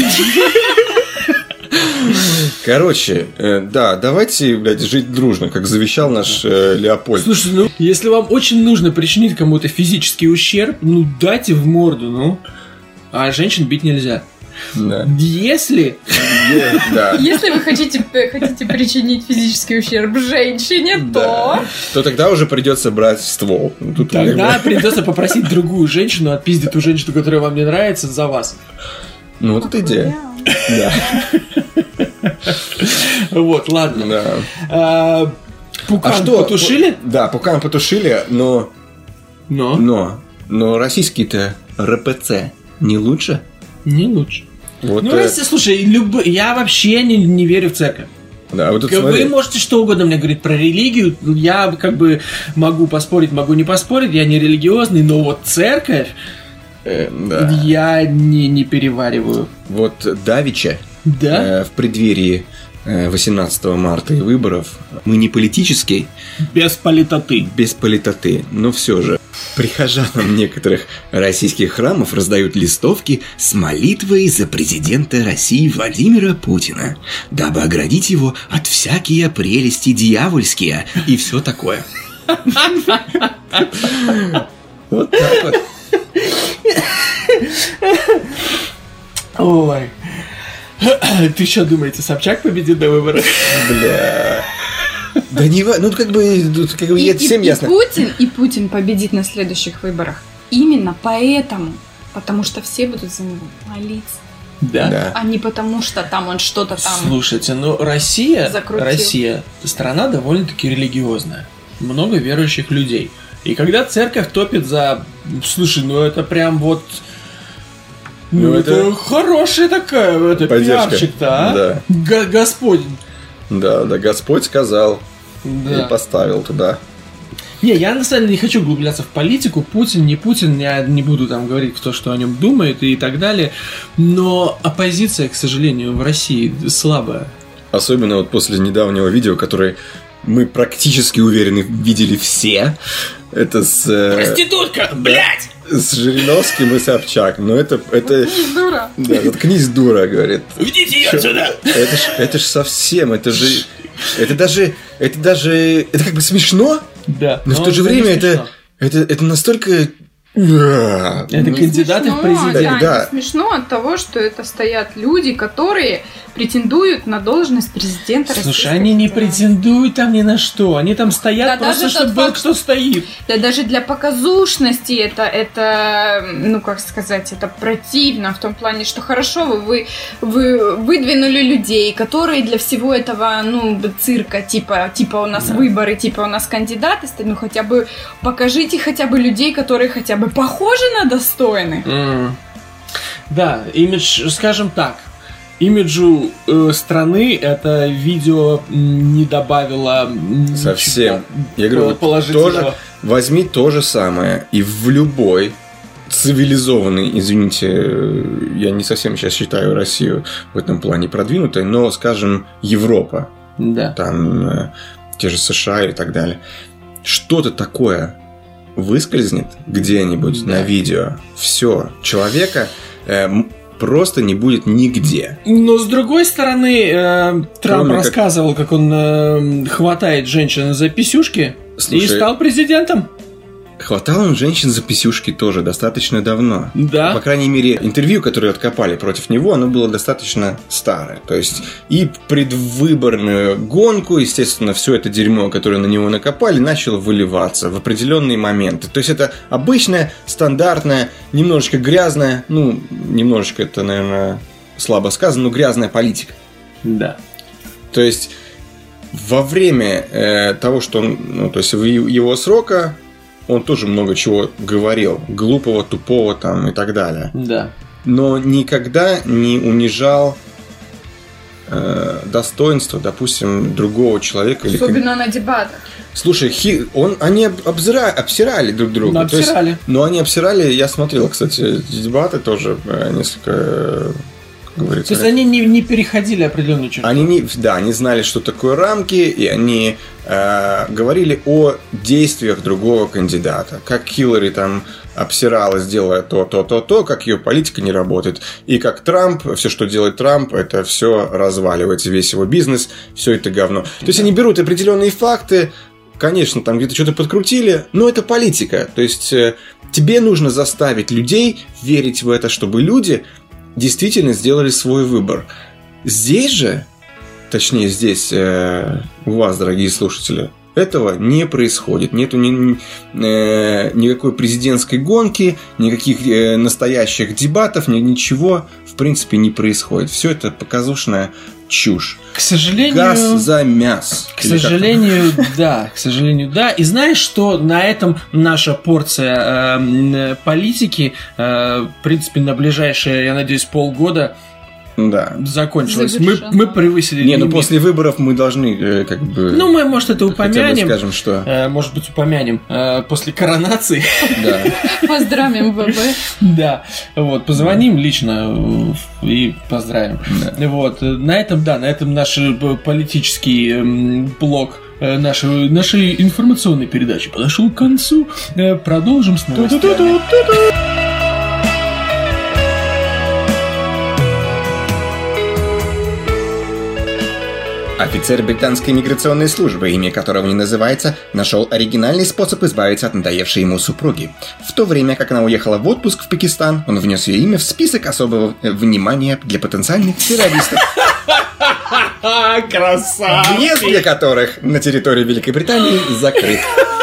Короче, э, да, давайте, блядь, жить дружно, как завещал наш э, Леопольд. Слушай, ну, если вам очень нужно причинить кому-то физический ущерб, ну, дайте в морду, ну. А женщин бить нельзя. Да. Если... Yeah, да. Если вы хотите, хотите причинить физический ущерб женщине, да. то... То тогда уже придется брать ствол. Тут тогда придется попросить другую женщину отпиздить ту женщину, которая вам не нравится, за вас. Ну, вот эта идея. Да. Вот, ладно. Да. А, пукан а что? потушили? Да, пукан потушили, но... Но? Но. Но российский-то РПЦ не лучше? Не лучше. Вот ну, э... Россия, слушай, люб... я вообще не, не верю в церковь. Да, вот Вы смотри. Можете что угодно мне говорить про религию. Я как бы могу поспорить, могу не поспорить. Я не религиозный, но вот церковь э, да. я не, не перевариваю. Вот давеча да? э, в преддверии восемнадцатого марта и выборов мы не политический. Без политоты. Без политоты. Но все же прихожанам некоторых российских храмов раздают листовки с молитвой за президента России Владимира Путина, дабы оградить его от всякие прелести дьявольские и все такое. Вот так вот. Ой. Ты что думаете, Собчак победит на выборах? Бля. Да не ну как бы, как бы и, это всем и, ясно. И Путин, и Путин победит на следующих выборах. Именно поэтому. Потому что все будут за него молиться. Да. да. А не потому, что там он что-то там. Слушайте, ну Россия, закрутил. Россия страна довольно-таки религиозная. Много верующих людей. И когда церковь топит за... Слушай, ну это прям вот... Ну, ну это... это хорошая такая, это пиарчик-то, а? Да. Г- Господь. Да, да, Господь сказал. Да. И поставил туда. Не, я на самом деле не хочу углубляться в политику. Путин, не Путин, я не буду там говорить, кто что о нем думает и так далее. Но оппозиция, к сожалению, в России слабая. Особенно вот после недавнего видео, которое мы практически уверены видели все. Это с... Проститутка, да, блядь! С Жириновским и Собчак. Но это... это заткнись, дура. Да, заткнись, дура, говорит. Уйдите ее отсюда! Это ж, это ж совсем, это же... Это даже... Это даже... Это как бы смешно. Да. Но, но в то же время это, это... Это настолько... Это не кандидаты смешно, в президенты. Да, да. Не смешно от того, что это стоят люди, которые претендуют на должность президента России. Слушай, они не претендуют там ни на что. Они там стоят да, просто, чтобы был кто стоит. Да даже для показушности это, это, ну как сказать, это противно в том плане, что хорошо вы, вы, вы выдвинули людей, которые для всего этого, ну, цирка, типа, типа у нас да. выборы, типа у нас кандидаты, ну хотя бы покажите хотя бы людей, которые хотя бы Мы похожи на достойных. Mm. Да, имидж, скажем так, имиджу э, страны это видео не добавило совсем. Я говорю, положительного. Тоже, возьми то же самое и в любой цивилизованный, извините, я не совсем сейчас считаю Россию в этом плане продвинутой, но, скажем, Европа, да. там э, те же США и так далее, что-то такое выскользнет где-нибудь да. на видео, все, человека э, просто не будет нигде. Но, с другой стороны, э, Трамп Кроме рассказывал, как, как он э, хватает женщин за писюшки. Слушай, и стал президентом. Хватал он женщин за писюшки тоже достаточно давно. Да. По крайней мере, интервью, которое откопали против него, оно было достаточно старое. То есть, и предвыборную гонку, естественно, все это дерьмо, которое на него накопали, начало выливаться в определенные моменты. То есть, это обычная, стандартная, немножечко грязная, ну, немножечко это, наверное, слабо сказано, но грязная политика. Да. То есть, во время э, того, что он, ну, то есть, его срока, он тоже много чего говорил. Глупого, тупого там и так далее. Да. Но никогда не унижал э, достоинство, допустим, другого человека. Особенно или... на дебатах. Слушай, хи... он, они обзира... обсирали друг друга. Ну, обсирали. Есть, но они обсирали, я смотрел, кстати, дебаты тоже несколько... Говорится. То есть они не, не переходили определенную черту. Они не, да, они знали, что такое рамки, и они э, говорили о действиях другого кандидата. Как Хиллари там обсиралась, делая то, то, то, то, как ее политика не работает. И как Трамп, все, что делает Трамп, это все разваливается, весь его бизнес, все это говно. То есть они берут определенные факты, конечно, там где-то что-то подкрутили, но это политика. То есть э, тебе нужно заставить людей верить в это, чтобы люди действительно сделали свой выбор. Здесь же, точнее здесь э, у вас, дорогие слушатели, этого не происходит. Нету ни, э, никакой президентской гонки, никаких э, настоящих дебатов, ни, ничего в принципе не происходит. Все это показушная чушь. К сожалению... Газ за мяс. К сожалению, да. К сожалению, да. И знаешь, что на этом наша порция э, политики, э, в принципе, на ближайшие, я надеюсь, полгода да. закончилась. Мы, мы превысили Не, лимит. ну после выборов мы должны э, как бы... Ну, мы, может, это упомянем. Хотя бы скажем, что... Э, может быть, упомянем. Э, после коронации. Да. Поздравим ВВ. Да. Вот, позвоним лично и поздравим. Вот. На этом, да, на этом наш политический блок нашей, нашей информационной передачи подошел к концу. Продолжим с новостями. Офицер британской миграционной службы, имя которого не называется, нашел оригинальный способ избавиться от надоевшей ему супруги. В то время, как она уехала в отпуск в Пакистан, он внес ее имя в список особого внимания для потенциальных террористов. Красавчик! Въезд для которых на территории Великобритании закрыт.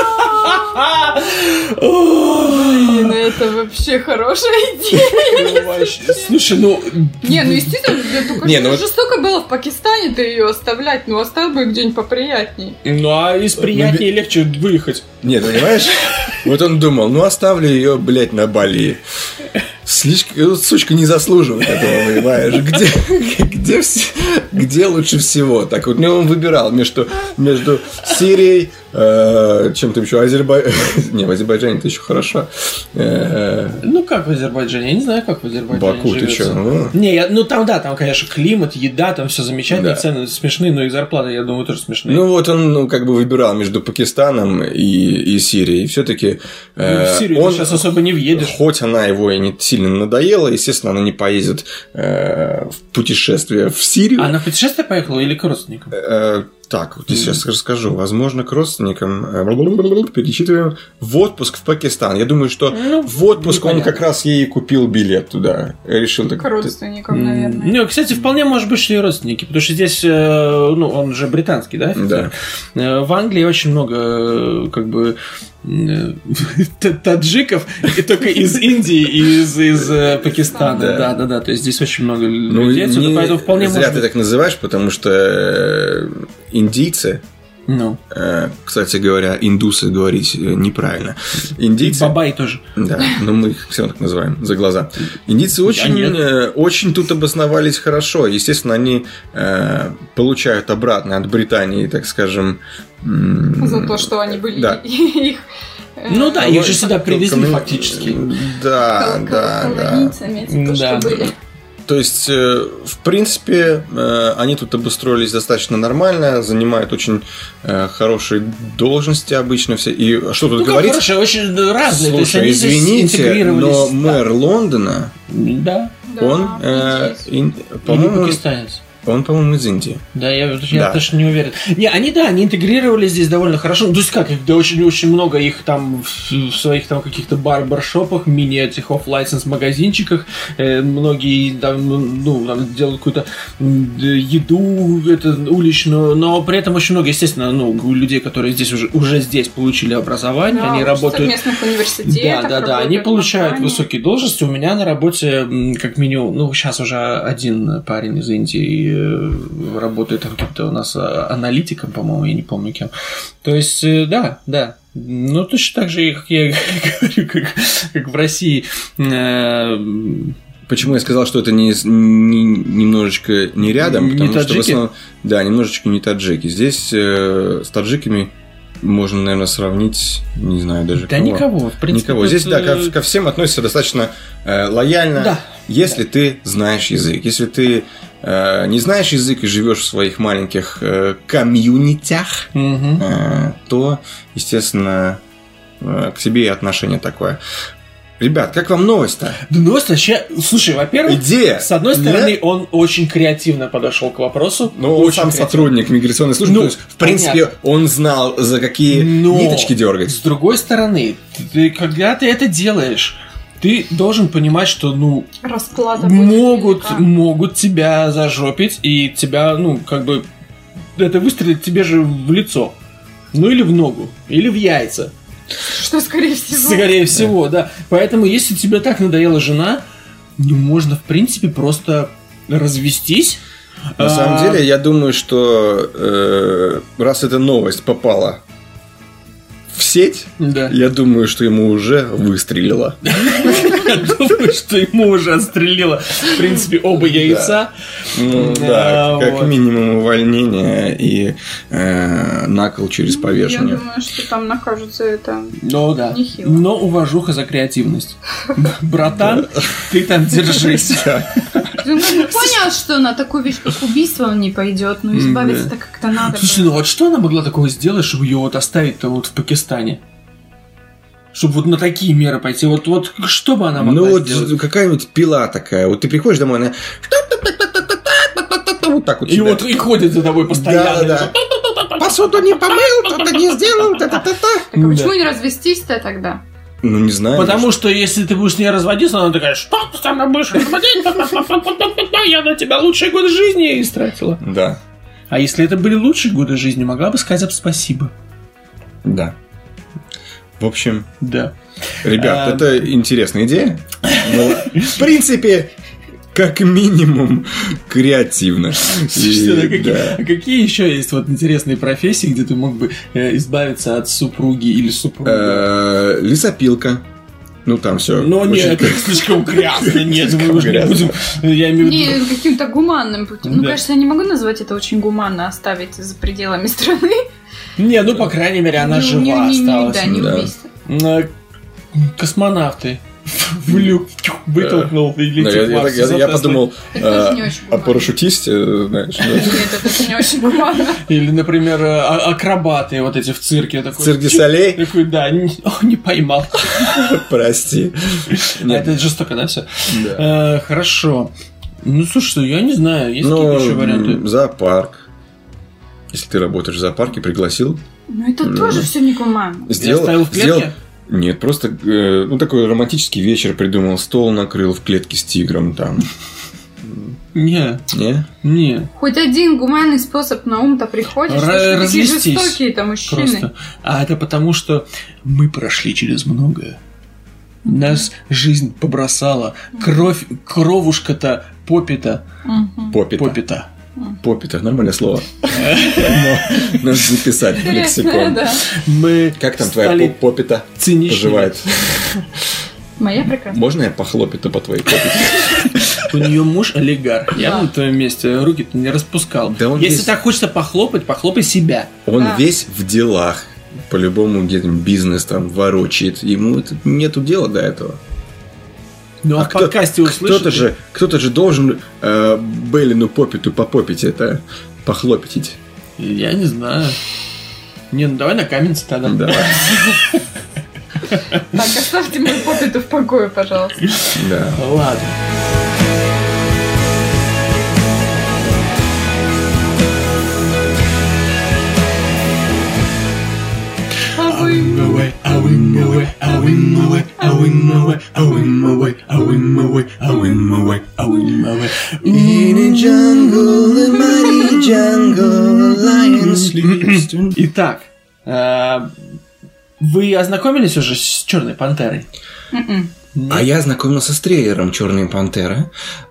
Блин, это вообще хорошая идея. Слушай, ну... Не, ну естественно, только не, ну, жестоко было в Пакистане-то ее оставлять, ну оставил бы где-нибудь поприятней. Ну а из приятнее ну, легче выехать. Нет, понимаешь? Вот он думал, ну оставлю ее, блядь, на Бали. Слишком, сучка не заслуживает этого, понимаешь? Где, где, где лучше всего? Так вот, он выбирал между, между Сирией, э, чем-то еще, Азербайджан. Не, в Азербайджане это еще хорошо. Э, ну, как в Азербайджане? Я не знаю, как в Азербайджане Баку, живется. ты что? Ну... Не, я, ну там, да, там, конечно, климат, еда, там все замечательно, да. Цены смешные, но и зарплаты, я думаю, тоже смешные. Ну, вот он, ну, как бы выбирал между Пакистаном и, и Сирией. И все-таки э, ну, в Сирию он, сейчас особо не въедешь. Хоть она его и не сильно надоела, естественно, она не поедет э, в путешествие в Сирию. А она в путешествие поехала или к родственникам? Э, так, вот сейчас mm-hmm. расскажу. Возможно, к родственникам э, перечитываем в отпуск в Пакистан. Я думаю, что ну, в отпуск непонятно. Он как раз ей купил билет туда. Решил так. К родственникам, mm-hmm. наверное. Ну, кстати, вполне может быть, что и родственники, потому что здесь, э, ну, он же британский, да? Да. Э, в Англии очень много, э, как бы, таджиков, и только из Индии и из, из Пакистана. Да. да, да, да. То есть здесь очень много людей, ну, не, поэтому вполне зря может ты быть... так называешь, потому что индийцы Ну. Кстати говоря, индусы говорить неправильно. Индийцы... И бабай тоже. Да, но мы их все равно так называем, за глаза. Индийцы очень, очень тут обосновались хорошо. Естественно, они э, получают обратно от Британии, так скажем... За то, что они были да. их... Ну да, их же сюда привезли Кол- фактически. Да, Кол- да, колонийцами, да. то, Да. что были. То есть, э, в принципе, э, они тут обустроились достаточно нормально, занимают очень э, хорошие должности обычно все. И что тут Ну, говорить? хорошо, очень разные. Слушай, То есть они здесь извините, интегрировались. но Да. мэр Лондона, Да. Да, он, э, ин- По-моему, по-моему, пакистанец. он, по-моему, из Индии. Да, я, я Да. даже не уверен. Не, они, да, они интегрировались здесь довольно хорошо. Ну, то есть как, их да, очень-очень много их там в, в своих там каких-то барбершопах, мини этих офф-лайсенс магазинчиках. Э, многие там, ну, там делают какую-то м, еду это, уличную, но при этом очень много, естественно, ну, людей, которые здесь уже, уже здесь получили образование, Да, они учатся работают... в местных университетах. Да, да, да. работают Они в получают компании. высокие должности. У меня на работе, м, как минимум, ну, сейчас уже один парень из Индии э, работает там каким-то у нас а, аналитиком, по-моему, я не помню кем. То есть, э, да, да. Ну, точно так же, как я говорю, как, как в России. Э, Почему я сказал, что это не, не- немножечко не рядом? Не Потому что в таджики? основном, да, немножечко не таджики. Здесь э, с таджиками можно, наверное, сравнить, не знаю даже да кого. никого, в принципе. Никого. Здесь, тут, да, ко, э, ко всем относятся достаточно э, лояльно, Да. если ты знаешь язык. Если ты э, не знаешь язык и живешь в своих маленьких э, комьюнитях, мгм. э, то, естественно, э, к тебе и отношение такое. Ребят, как вам новость-то? Да, ну, вообще, слушай, во-первых, Идея. с одной стороны, Нет? он очень креативно подошел к вопросу. Ну, он очень сам креативно. сотрудник миграционной службы, Ну, то есть, в принципе, понятно. он знал, за какие Но ниточки дергать. С другой стороны, ты, когда ты это делаешь, ты должен понимать, что, ну, Расплата будет могут, велика. могут тебя зажопить, и тебя, ну, как бы, это выстрелит тебе же в лицо. Ну, или в ногу, или в яйца. Что, скорее всего. Скорее всего, да. Поэтому, если тебе так надоела жена, ну, можно, в принципе, просто развестись. На А, самом деле, я думаю, что э, раз эта новость попала в сеть, Да. я думаю, что ему уже выстрелило. Я думаю, что ему уже отстрелило, в принципе, оба яйца. Ну, Да, да, как вот. минимум увольнение и э, накол через Я повешение. думаю, что там накажут за это. Ну да. Нехило. Но уважуха за креативность. Братан, ты там держись. Ну, ну, понял, что на такую вещь, как убийство, он не пойдет, но избавиться-то как-то надо. Слушай, ну вот что она могла такого сделать, чтобы ее вот оставить-то вот в Пакистане? Чтобы вот на такие меры пойти. Вот, вот что бы она могла Ну вот сделать? какая-нибудь пила такая. Вот ты приходишь домой, она вот так вот. И тебя. вот и ходит за тобой постоянно. Да, да. Посуду не помыл, что-то не сделал. та-та-та-та. Так, а почему не развестись-то тогда? Ну не знаю. Потому что если ты будешь с ней разводиться, она такая, что ты со мной будешь разводить? Я на тебя лучшие годы жизни истратила. Да, А если это были лучшие годы жизни, могла бы сказать спасибо. да. В общем, Да. ребят, А, это интересная идея. Но, в принципе, как минимум, креативно. Слушайте, И, а какие, да. а какие еще есть вот интересные профессии, где ты мог бы э, избавиться от супруги или супруга? Э, Лесопилка. Ну, там все. Но нет, это слишком грязно, нет, мы Слишком уже не грязно. будем. Я имею в виду. Не, каким-то гуманным путем. Ну, Да. конечно, я не могу назвать это очень гуманно, оставить за пределами страны. Не, ну по крайней мере она Не- жива не- не- не- осталась. Да, не Да. убийство. Э, Космонавты в люк вытолкнул и Да, летит я, в я Марс так- я- за я Теслой. подумал Это тоже э, не очень о гуманно. парашютисте, знаешь. да. Нет, это не очень гуманно. Или, например, э, а- акробаты вот эти в цирке. Такой, Цирк дю чук, Солей? Такой, да, не, о, не поймал. Прости. А Нет. это жестоко, да, все? Да. Хорошо. Ну, слушай, я не знаю, есть Ну, какие-то еще варианты? м, зоопарк. Если ты работаешь в зоопарке, пригласил, Ну, это тоже все не гуманно. сделал, оставил в клетке? сделал- Нет, просто э, ну такой романтический вечер придумал, стол накрыл в клетке с тигром там. Не, Не? не. Хоть один гуманный способ на ум-то приходит, Ра- что такие развестись. жестокие-то мужчины. Просто. А это потому, что мы прошли через многое. Нас жизнь побросала. Кровь, кровушка-то попита. Мгм. Попита. Попита. Поппит, нормальное слово. Надо записать в лексикон. Мы Как там твоя поппита поживает? Моя прекрасная. Можно я похлопаю по твоей поппите? У нее муж олигарх. Я на твоем месте руки-то не распускал. Если так хочется похлопать, похлопай себя. Он весь в делах. По-любому где-то бизнес там ворочает. Ему нету дела до этого. Ну, а, а в кто, подкасте услышали... Кто-то же, кто-то же должен э, Бейлину попиту попопить это, похлопить. Я не знаю. Не, ну давай на каменце тогда. Давай. Так, оставьте мою попиту в покое, пожалуйста. Да. Ладно. I win my way, I win my way, I win my way, I win my way, I win my way, I win my way, I win my way, I win my way. In a jungle, a mighty jungle, a lion sleeps. Итак, вы ознакомились уже с Черной пантерой? А я ознакомился с трейлером Черной пантеры.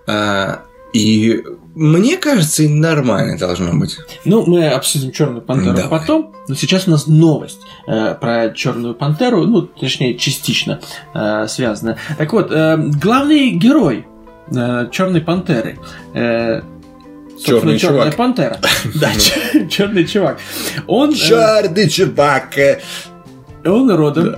И мне кажется, нормально должно быть. Ну, мы обсудим Черную пантеру Давай. потом. Но сейчас у нас новость э, про Черную пантеру, ну, точнее, частично э, связанная. Так вот, э, главный герой э, Черной пантеры. Э, Черный Черная чувак. пантера. Да, черный чувак. Он. Черный чувак. Он родом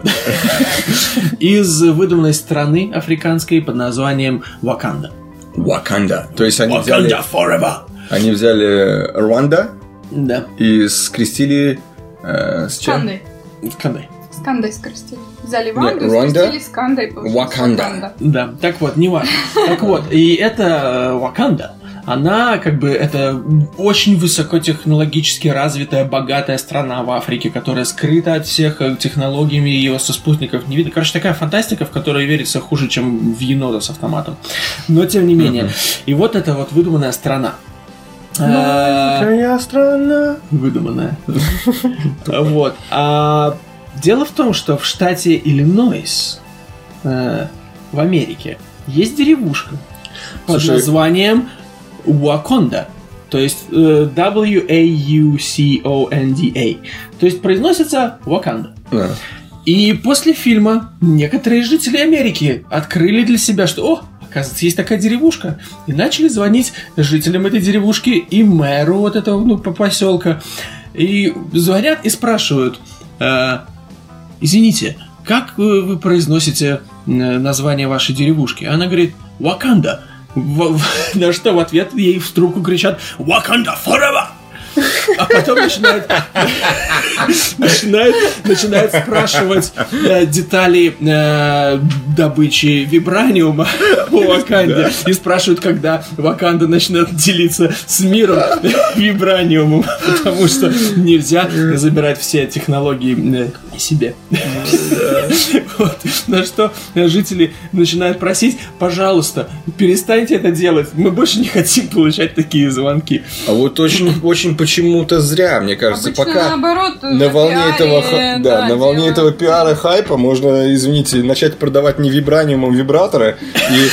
из выдуманной страны африканской под названием Ваканда. Ваканда. То есть они Wakanda взяли... forever. Они взяли Руанда да. и скрестили э, с чем? Скандой. Скандой. Скандой скрестили. Взяли Ванду и Руанда, скрестили Скандой. Ваканда. Да, так вот, не важно. Так вот, и это Ваканда. Она, как бы, это очень высокотехнологически развитая, богатая страна в Африке, которая скрыта от всех технологиями, ее со спутников не видно. Короче, такая фантастика, в которой верится хуже, чем в енота с автоматом. Но, тем не менее. Uh-huh. И вот это вот выдуманная страна. Маленькая страна. Выдуманная. Вот. Дело в том, что в штате Иллинойс, в Америке, есть деревушка под названием Wakanda, то есть э, W A U C O N D A, то есть произносится Wakanda. Yeah. И после фильма некоторые жители Америки открыли для себя, что, о, оказывается, есть такая деревушка, и начали звонить жителям этой деревушки и мэру вот этого, ну, поселка, и звонят и спрашивают, э, извините, как вы, вы произносите название вашей деревушки? Она говорит, Wakanda. На что в ответ ей в трубку кричат «Wakanda forever!» А потом начинают, начинают, начинают спрашивать э, детали э, добычи вибраниума у Ваканды. И спрашивают, когда Ваканда начнет делиться с миром вибраниумом. Потому что нельзя забирать все технологии э, себе. Вот. На что жители начинают просить, пожалуйста, перестаньте это делать. Мы больше не хотим получать такие звонки. А вот очень, очень почему-то зря, мне кажется, обычно пока наоборот, на на волне пиаре, этого, да, да, на волне делают. этого пиара хайпа можно, извините, начать продавать не вибраниумом вибраторы и,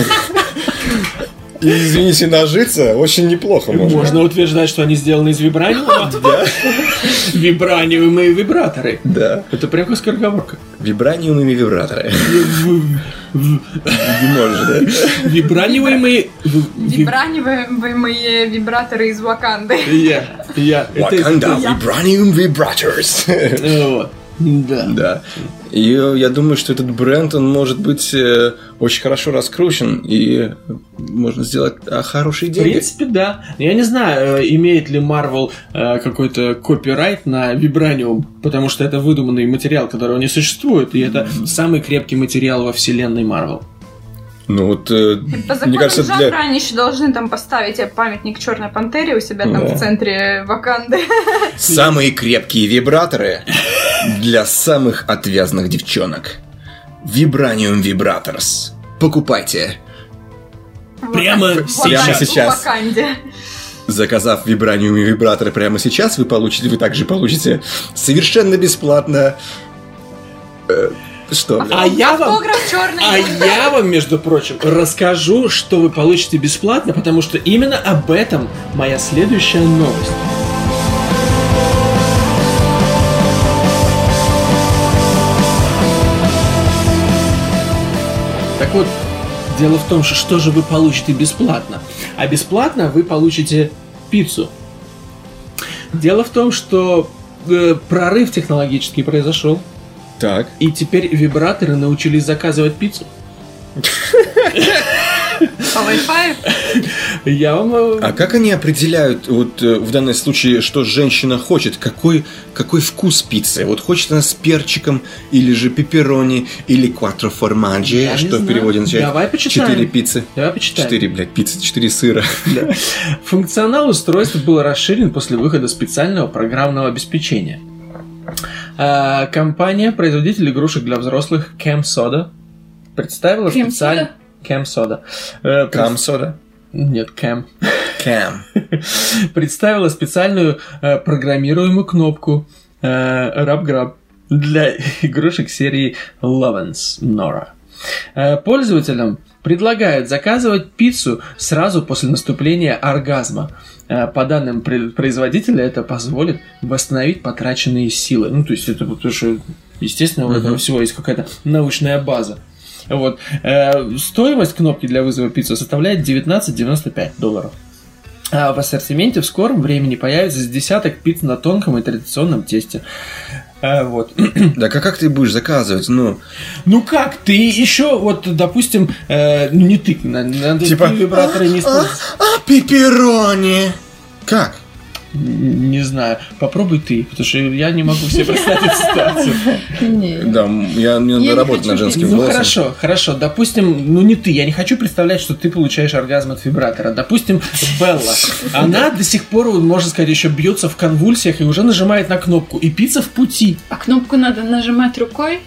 и, извините, нажиться очень неплохо можно. Можно утверждать, что они сделаны из вибраниума. Вибраниумые вибраторы. Да. Это прям как скороговорка. Вибраниумные вибраторы. Может, да? Вибраниумые... Вибраниумые вибраторы из Ваканды. Я, я. Wakanda Vibranium Vibrators. Вот. Да. Да. И я думаю, что этот бренд, он может быть э, очень хорошо раскручен, и можно сделать а, хорошие В деньги. принципе, да. Я не знаю, э, имеет ли Marvel э, какой-то копирайт на вибраниум, потому что это выдуманный материал, которого не существует, и это самый крепкий материал во вселенной Marvel. Ну вот, э, По законам мне кажется, жанра для... они еще должны там поставить памятник Черной Пантере у себя там Да. в центре Ваканды. Самые крепкие вибраторы для самых отвязных девчонок. Vibranium Vibrators. Покупайте. Прямо В Прямо Ваканде, сейчас. в Ваканде. Заказав вибраниум вибраторы прямо сейчас, вы получите, вы также получите совершенно бесплатно э, Что? А я вам, Автограф черный. а я вам, между прочим, расскажу, что вы получите бесплатно, потому что именно об этом моя следующая новость. Так вот, дело в том, что что же вы получите бесплатно? А бесплатно вы получите пиццу. Дело в том, что э, прорыв технологический произошел. Так. И теперь вибраторы научились заказывать пиццу. По Wi-Fi? Я вам... А как они определяют, вот в данном случае, что женщина хочет? Какой, какой вкус пиццы? Вот хочет она с перчиком, или же пепперони, или кваттро формагgi, что в переводе означает Давай почитаем. четыре пиццы. Давай почитаем. Четыре, блядь, пиццы, четыре сыра. Да. Функционал устройства был расширен после выхода специального программного обеспечения. А, компания, производитель игрушек для взрослых CamSoda представила Крем-сода? специально... CamSoda. Э, Кам-сода? Нет, Cam. Cam. Представила специальную э, программируемую кнопку э, Rub-Grub для игрушек серии Lovens Nora. Э, пользователям предлагают заказывать пиццу сразу после наступления оргазма. Э, по данным производителя, это позволит восстановить потраченные силы. Ну, то есть, это потому что, естественно, у этого всего есть какая-то научная база. Вот. Э, стоимость кнопки для вызова пиццы составляет девятнадцать девяносто пять долларов. А в ассортименте в скором времени появится с десяток пиц на тонком и традиционном тесте. А, вот. Так а как ты будешь заказывать? Ну, ну как, ты еще, вот, допустим, э, ну не ты, надо типа, вибраторы не использовать. А, пепперони. Как? Не знаю, попробуй ты, потому что я не могу себе представить эту ситуацию. Да, я, мне надо работать над женским голосом. Ну хорошо, хорошо, допустим, ну не ты, я не хочу представлять, что ты получаешь оргазм от вибратора. Допустим, Белла, она до сих пор, можно сказать, еще бьется в конвульсиях и уже нажимает на кнопку, и пицца в пути. А кнопку надо нажимать рукой?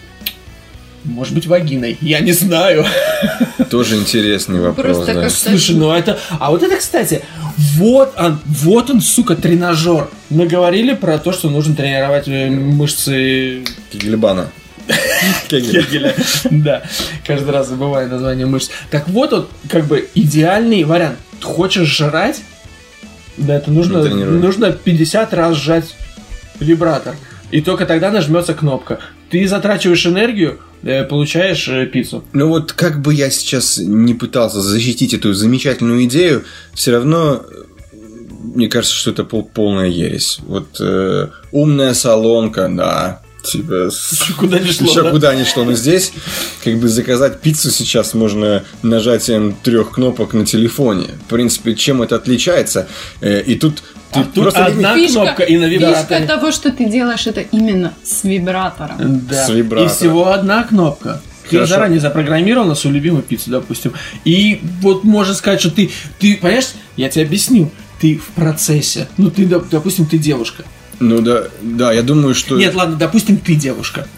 Может быть, вагиной, я не знаю. Тоже интересный вопрос. Просто да. как-то... Слушай, ну это... А вот это, кстати, вот он, вот он, сука, тренажер. Мы говорили про то, что нужно тренировать мышцы... Кегельбана. Кегеля. Да, каждый раз забываю название мышц. Так вот, вот, как бы, идеальный вариант. Хочешь жрать? Да, это нужно, нужно пятьдесят раз сжать вибратор. И только тогда нажмется кнопка. Ты затрачиваешь энергию, получаешь пиццу. Ну вот как бы я сейчас не пытался защитить эту замечательную идею, все равно мне кажется, что это пол- полная ересь. Вот э, умная солонка, да. Типа, куда ни шло, еще да? куда ни шло. Но здесь как бы заказать пиццу сейчас можно нажатием трех кнопок на телефоне. В принципе, чем это отличается? Э, и тут Ты а тут одна фишка, кнопка и на вибраторе. Фишка того, что ты делаешь это именно с вибратором. Да. С вибратором. И всего одна кнопка. Ты Хорошо. заранее запрограммировал на свою любимую пиццу, допустим. И вот можно сказать, что ты, ты, понимаешь, я тебе объясню, ты в процессе. Ну, ты, допустим, ты девушка. Ну да, да, я думаю, что... Нет, ладно, допустим, ты девушка.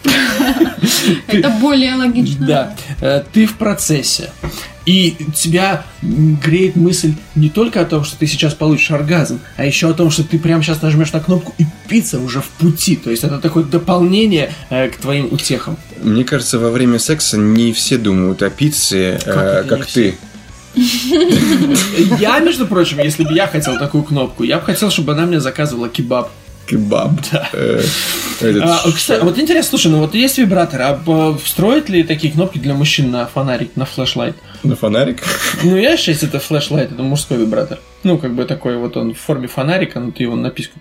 Это более логично. Да, ты в процессе. И тебя греет мысль не только о том, что ты сейчас получишь оргазм, а еще о том, что ты прямо сейчас нажмешь на кнопку, и пицца уже в пути. То есть это такое дополнение э, к твоим утехам. Мне кажется, во время секса не все думают о пицце, Как, э, не как все? ты. Я, между прочим, если бы я хотел такую кнопку, я бы хотел, чтобы она мне заказывала кебаб. Кебаб. Да. Э, этот А, ш- кстати, вот интересно, слушай, ну вот есть вибратор, а б- встроят ли такие кнопки для мужчин на фонарик, на флешлайт? На фонарик? Ну, я считаю, это флешлайт, это мужской вибратор. Ну, как бы такой вот он в форме фонарика, ну ты его на письку.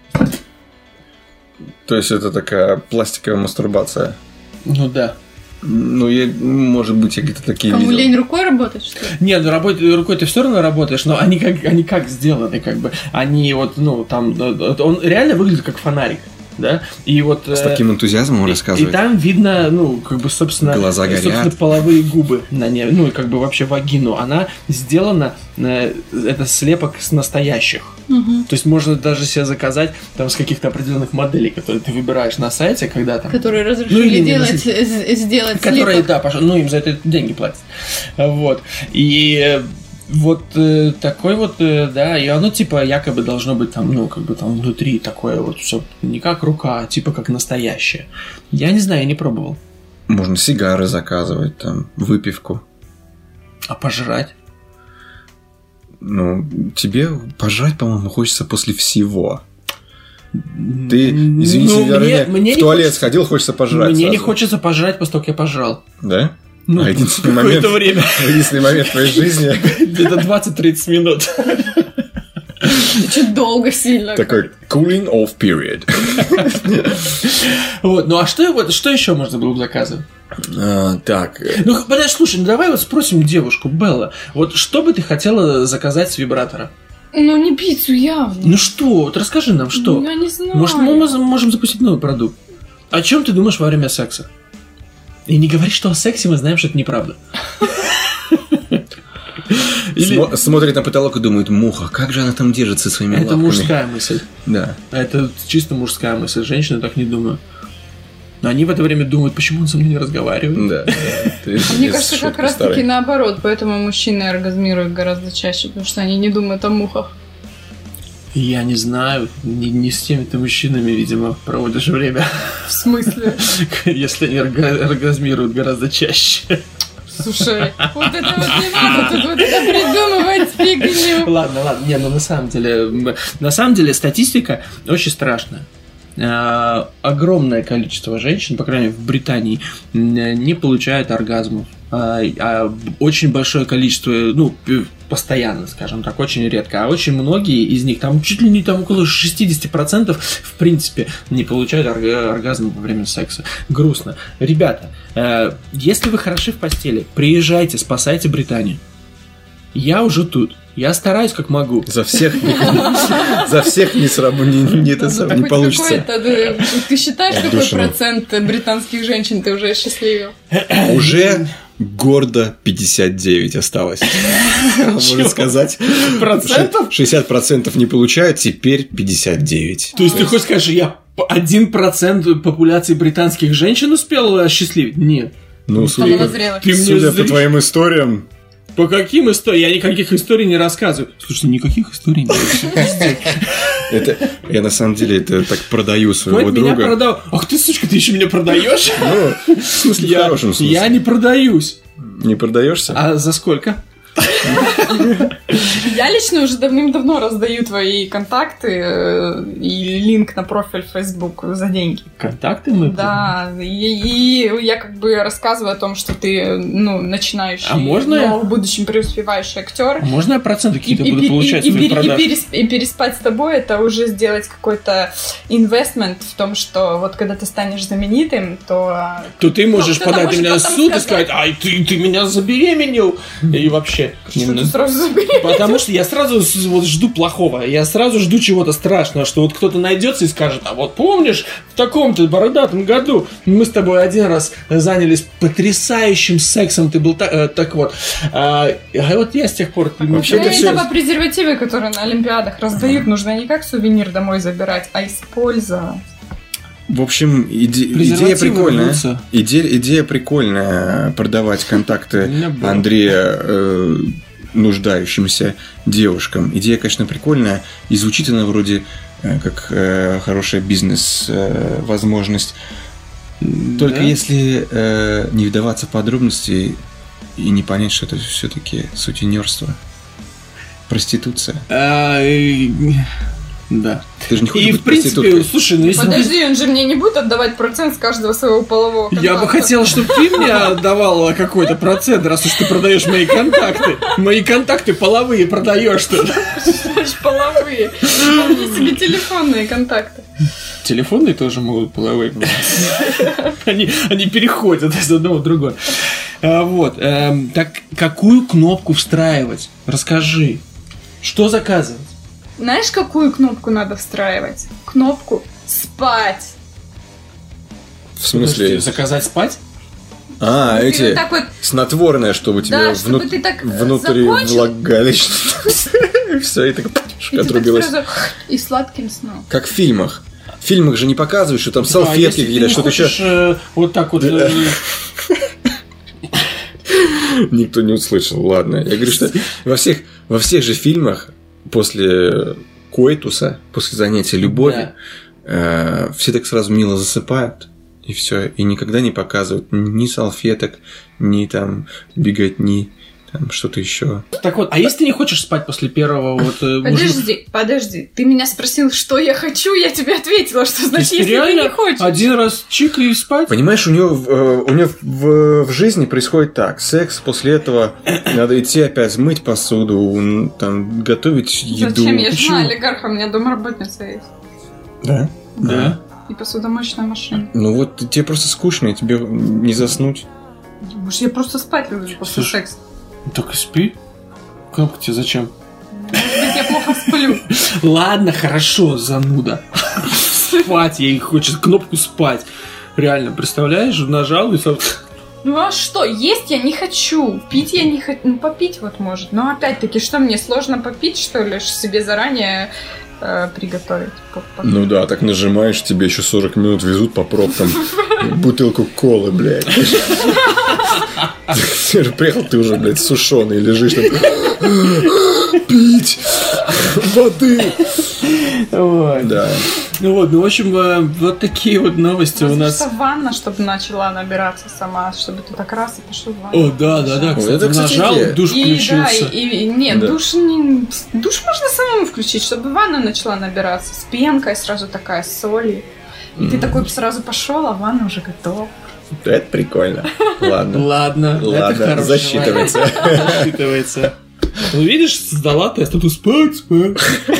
То есть это такая пластиковая мастурбация. Ну да. Ну, я, может быть, я где-то такие Кому видел. лень рукой работать, что ли? Нет, ну работ... рукой ты все равно работаешь, но они как, они как сделаны, как бы. Они вот, ну, там, э, он реально выглядит как фонарик, да? И вот... С э, таким энтузиазмом И, и рассказывать. там видно, ну, как бы, собственно, Глаза горят. собственно, половые губы на ней, ну, и как бы вообще вагину. Она сделана, э, это слепок с настоящих. Угу. То есть можно даже себе заказать там с каких-то определенных моделей, которые ты выбираешь на сайте, когда там... Которые Ну, разрешили или не делать, разрешили. э, сделать Которые, слепок. да, пошел, ну, им за это деньги платят. Вот. И э, вот э, такой вот, э, да, и оно типа якобы должно быть там, ну, как бы там внутри такое вот все, не как рука, а типа как настоящее. Я не знаю, я не пробовал. Можно сигары заказывать, там, выпивку. А пожрать? Ну, тебе пожрать, по-моему, хочется после всего. Ты, извините, ну, мне, мне в туалет хочется, сходил, хочется пожрать. Мне сразу. не хочется пожрать, после того, как я пожрал. Да? Ну, а единственный момент, время. единственный момент в твоей жизни. Где-то двадцать-тридцать минут. Чуть долго сильно. Такой cooling off period. Вот, ну а что, вот, что еще можно было бы заказывать? А, так. Ну, подожди, слушай, ну давай вот спросим девушку, Белла, вот что бы ты хотела заказать с вибратора? Ну, не пиццу явно. Ну что, вот расскажи нам, что? Ну, я не знаю. Может, мы можем, можем запустить новый продукт? О чем ты думаешь во время секса? И не говори, что о сексе мы знаем, что это неправда. Или... Смо- смотрит на потолок и думает: муха, как же она там держится своими это лапками. Это мужская мысль. Да. Это чисто мужская мысль. Женщины так не думают. Но они в это время думают, почему он со мной не разговаривает. Да. Мне кажется, как раз таки наоборот. Поэтому мужчины оргазмируют гораздо чаще, потому что они не думают о мухах. Я не знаю. Не, не с теми-то мужчинами, видимо, проводишь время. В смысле? Если они оргазмируют гораздо чаще. Слушай, вот это вот не надо тут вот это придумывать фигню. Ладно, ладно, не, ну на самом деле, на самом деле статистика очень страшная. А, огромное количество женщин, по крайней мере в Британии, не получают оргазмов. А, а очень большое количество, ну, постоянно, скажем так, очень редко. А очень многие из них, там чуть ли не там около шестьдесят процентов, в принципе, не получают орга- оргазм во время секса. Грустно. Ребята, э, если вы хороши в постели, приезжайте, спасайте Британию. Я уже тут. Я стараюсь, как могу. За всех за всех не не получится. Ты считаешь, какой процент британских женщин ты уже счастливил? Уже гордо пятьдесят девять осталось. Можно сказать. Процентов? шестьдесят процентов не получают, теперь пятьдесят девять. То есть ты хочешь сказать, что я один процент популяции британских женщин успел осчастливить? Нет. Ну, судя по твоим историям. По каким историям? Я никаких историй не рассказываю. Слушай, никаких историй нет. Это, я на самом деле это так продаю своего Хоть друга. Меня продал. Ах ты, сучка, ты еще меня продаешь? Ну, в смысле, в хорошем смысле. Я не продаюсь. Не продаешься? А за сколько? Я лично уже давным-давно раздаю твои контакты и линк на профиль в Facebook за деньги. Контакты мы? Да, и, и я как бы рассказываю о том, что ты, ну, начинающий, а можно но я... в будущем преуспевающий актер. А можно я проценты какие-то и, буду и, получать и, с моих и, продаж? И, перес, и переспать с тобой — это уже сделать какой-то инвестмент в том, что вот когда ты станешь знаменитым, то... То ты можешь ну, подать на меня в суд сказать... и сказать: ай, ты, ты меня забеременел. И вообще... Что ты сразу забеременел? Потому что я сразу вот жду плохого. Я сразу жду чего-то страшного, что вот кто-то найдется и скажет: а вот помнишь, в таком-то бородатом году мы с тобой один раз занялись потрясающим сексом, ты был так, э, так вот. А, а вот я с тех пор... Вообще это все... презервативы, которые на Олимпиадах раздают, нужно не как сувенир домой забирать, а использовать. В общем, иде- идея прикольная. Идея, идея прикольная. Продавать контакты Андрея э, нуждающимся девушкам. Идея, конечно, прикольная. И звучит она вроде э, как э, хорошая бизнес-возможность. Э, Только да? если э, не вдаваться в подробности и не понять, что это все-таки сутенерство. Проституция. Да. Ты же не хочешь и быть в принципе, слушай, ну если... Подожди, он же мне не будет отдавать процент с каждого своего полового контакта. Я бы хотел, чтобы ты мне отдавала какой-то процент, раз уж ты продаешь мои контакты. Мои контакты половые продаешь ты. Половые. Вполне себе телефонные контакты. Телефонные тоже могут половые. Они, они переходят из одного в другое. А, вот. Эм, так какую кнопку встраивать? Расскажи. Что заказывать? Знаешь, какую кнопку надо встраивать? Кнопку «Спать». В смысле? Заказать спать? А, ну, эти так вот... снотворное, чтобы тебе да, вну... чтобы ты так внутри влагалищ. Все, и так отрубилось. И сладким сном. Как в фильмах. В фильмах же не показывают, что там салфетки или что-то еще. Вот так вот. Никто не услышал, ладно. Я говорю, что во всех, во всех же фильмах после коитуса, после занятия любовью, да. э, все так сразу мило засыпают. И все. И никогда не показывают ни салфеток, ни там беготни, там что-то еще. Так вот, а если ты не хочешь спать после первого вот... Подожди, муж... подожди. Ты меня спросил, что я хочу, я тебе ответила, что значит, если ты не хочешь. Один раз чик и спать? Понимаешь, у нее, у нее в, в жизни происходит так. Секс, после этого надо идти опять мыть посуду, там, готовить еду. Зачем? Я жена олигарха, у меня домработница есть. Да? Да. И посудомоечная машина. Ну вот тебе просто скучно, и тебе не заснуть. Может, я просто спать люблю после Слушай, секса. Так и спи. Как тебе, зачем? Может быть, я плохо сплю. Ладно, хорошо, зануда. Спать, ей хочет кнопку спать. Реально, представляешь, нажал и сам... Ну а что, есть я не хочу, пить я не хочу, ну попить вот может. Но опять-таки, что мне, сложно попить, что ли, себе заранее э, приготовить? Ну да, так нажимаешь, тебе еще сорок минут везут по пробкам бутылку колы, блядь. Ты же приехал, ты уже, блядь, сушеный, лежишь там. Пить воды. Ой. Да. Ну вот, ну в общем, вот такие вот новости у нас. Просто ванна, чтобы начала набираться сама, чтобы ты так раз и пошел в ванну. О, да, да, да, кстати, это, кстати, нажал, идея. Душ включился. И, да, и, и нет, да. душ не... Душ можно самому включить, чтобы ванна начала набираться с пенкой, сразу такая с солью. И mm. ты такой сразу пошел, а ванна уже готова. Это прикольно. Ладно. Ладно. Ладно, засчитывается. Засчитывается. Ну, видишь, сдала тест, а тут спать, спать.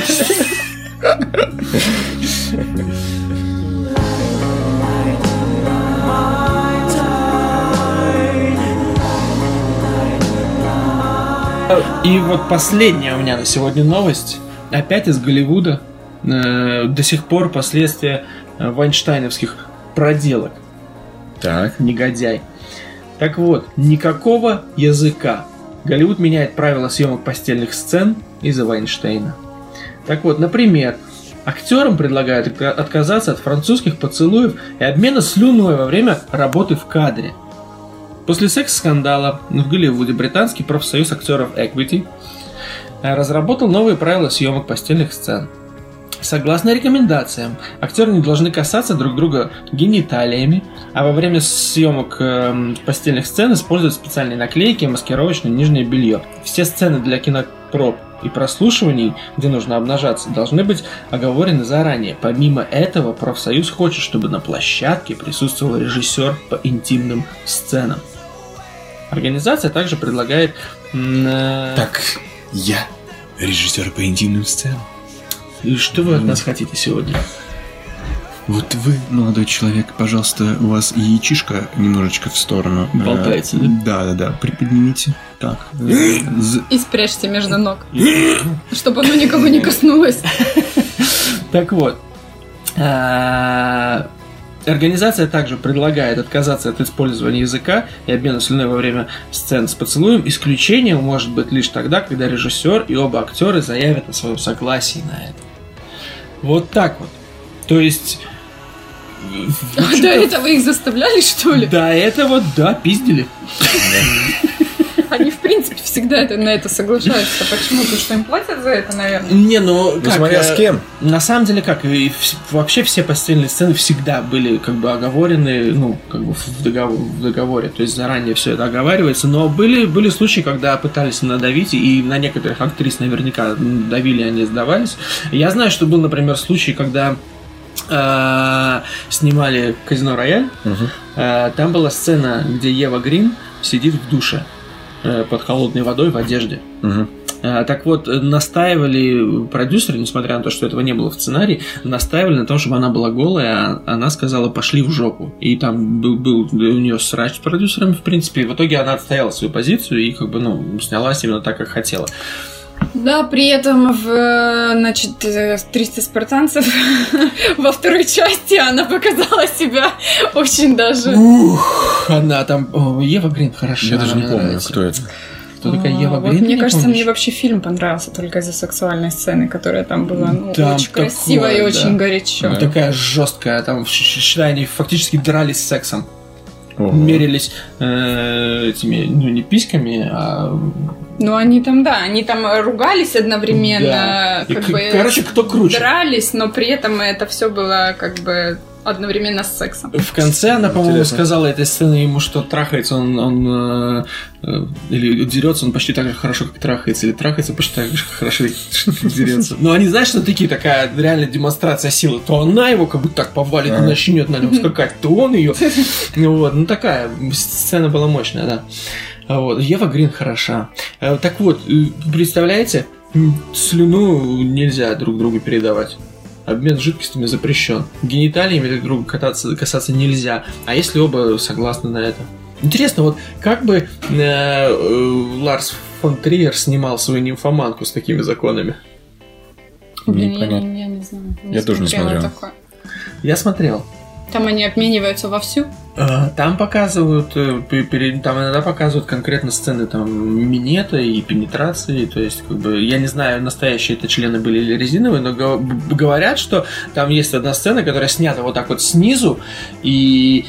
И вот последняя у меня на сегодня новость. Опять из Голливуда. До сих пор последствия вайнштейновских проделок. Так. Негодяй. Так вот, никакого языка. Голливуд меняет правила съемок постельных сцен из-за Вайнштейна. Так вот, например, актерам предлагают отказаться от французских поцелуев и обмена слюной во время работы в кадре. После секс-скандала в Голливуде британский профсоюз актеров Equity разработал новые правила съемок постельных сцен. Согласно рекомендациям, актеры не должны касаться друг друга гениталиями, а во время съемок э, постельных сцен использовать специальные наклейки и маскировочное нижнее белье. Все сцены для кинопроб и прослушиваний, где нужно обнажаться, должны быть оговорены заранее. Помимо этого, профсоюз хочет, чтобы на площадке присутствовал режиссер по интимным сценам. Организация также предлагает... Э... Так, я режиссер по интимным сценам. И что вы от нас хотите сегодня? Вот вы, молодой человек, пожалуйста, у вас яичишко немножечко в сторону. Болтается, а, да? Да, да, да. Приподнимите. Так. И спрячьте между ног. Чтобы оно никого не коснулось. Так вот. Организация также предлагает отказаться от использования языка и обмена слюной во время сцен с поцелуем. Исключением может быть лишь тогда, когда режиссер и оба актера заявят о своем согласии на это. Вот так вот. То есть... А до этого их заставляли, что ли? До этого, да, пиздили. Они, в принципе, всегда это, на это соглашаются. Почему? Потому что им платят за это, наверное. Не, ну, как... Смотря с кем. На самом деле, как, и вообще все постельные сцены всегда были, как бы, оговорены, ну, как бы, в договоре. В договоре. То есть, заранее все это оговаривается. Но были, были случаи, когда пытались надавить, и на некоторых актрис наверняка давили, они сдавались. Я знаю, что был, например, случай, когда... Э, снимали «Казино Рояль». Угу. Э, там была сцена, где Ева Грин сидит в душе э, под холодной водой в одежде. Угу. Э, так вот, настаивали продюсеры, несмотря на то, что этого не было в сценарии, настаивали на том, чтобы она была голая, а она сказала: пошли в жопу. И там был, был у нее срач с продюсерами, в принципе, и в итоге она отстояла свою позицию и, как бы, ну, снялась именно так, как хотела. Да, при этом в, значит, триста спартанцев во второй части она показала себя очень даже... Ух, она там... О, Ева Грин, хорошо. Я даже не помню, кто это. Кто такая Ева а, Грин? Вот, мне кажется, помнишь? Мне вообще фильм понравился только из-за сексуальной сцены, которая там была, ну, там очень такое, красиво и да. очень горячо. Да. Такая жесткая, там, считай, они фактически дрались сексом. Ого. Мерились э, этими, ну, не письками, а... Ну, они там, да, они там ругались одновременно, да. как и, бы... Короче, кто круче. Дрались, но при этом это все было, как бы, одновременно с сексом. В конце она, по-моему, Интересно. сказала этой сцены ему, что трахается он, он э, или дерется он почти так же хорошо, как трахается, или трахается почти так же хорошо, как дерется. Но они, знаешь, что такие, такая реальная демонстрация силы. То она его как бы так повалит и начнет на нем скакать, то он ее. Вот, ну такая сцена была мощная, да. Вот. Ева Грин хороша. Так вот, представляете, слюну нельзя друг другу передавать. Обмен жидкостями запрещен. Гениталиями друг друга касаться, касаться нельзя. А если оба согласны на это? Интересно, вот как бы э, э, Ларс фон Триер снимал свою нимфоманку с такими законами? Блин, я, я не знаю. Не я тоже не смотрел. Такое. Я смотрел. Там они обмениваются вовсю? Там показывают, там иногда показывают конкретно сцены там минета и пенетрации, то есть, как бы, я не знаю, настоящие это члены были или резиновые, но говорят, что там есть одна сцена, которая снята вот так вот снизу, и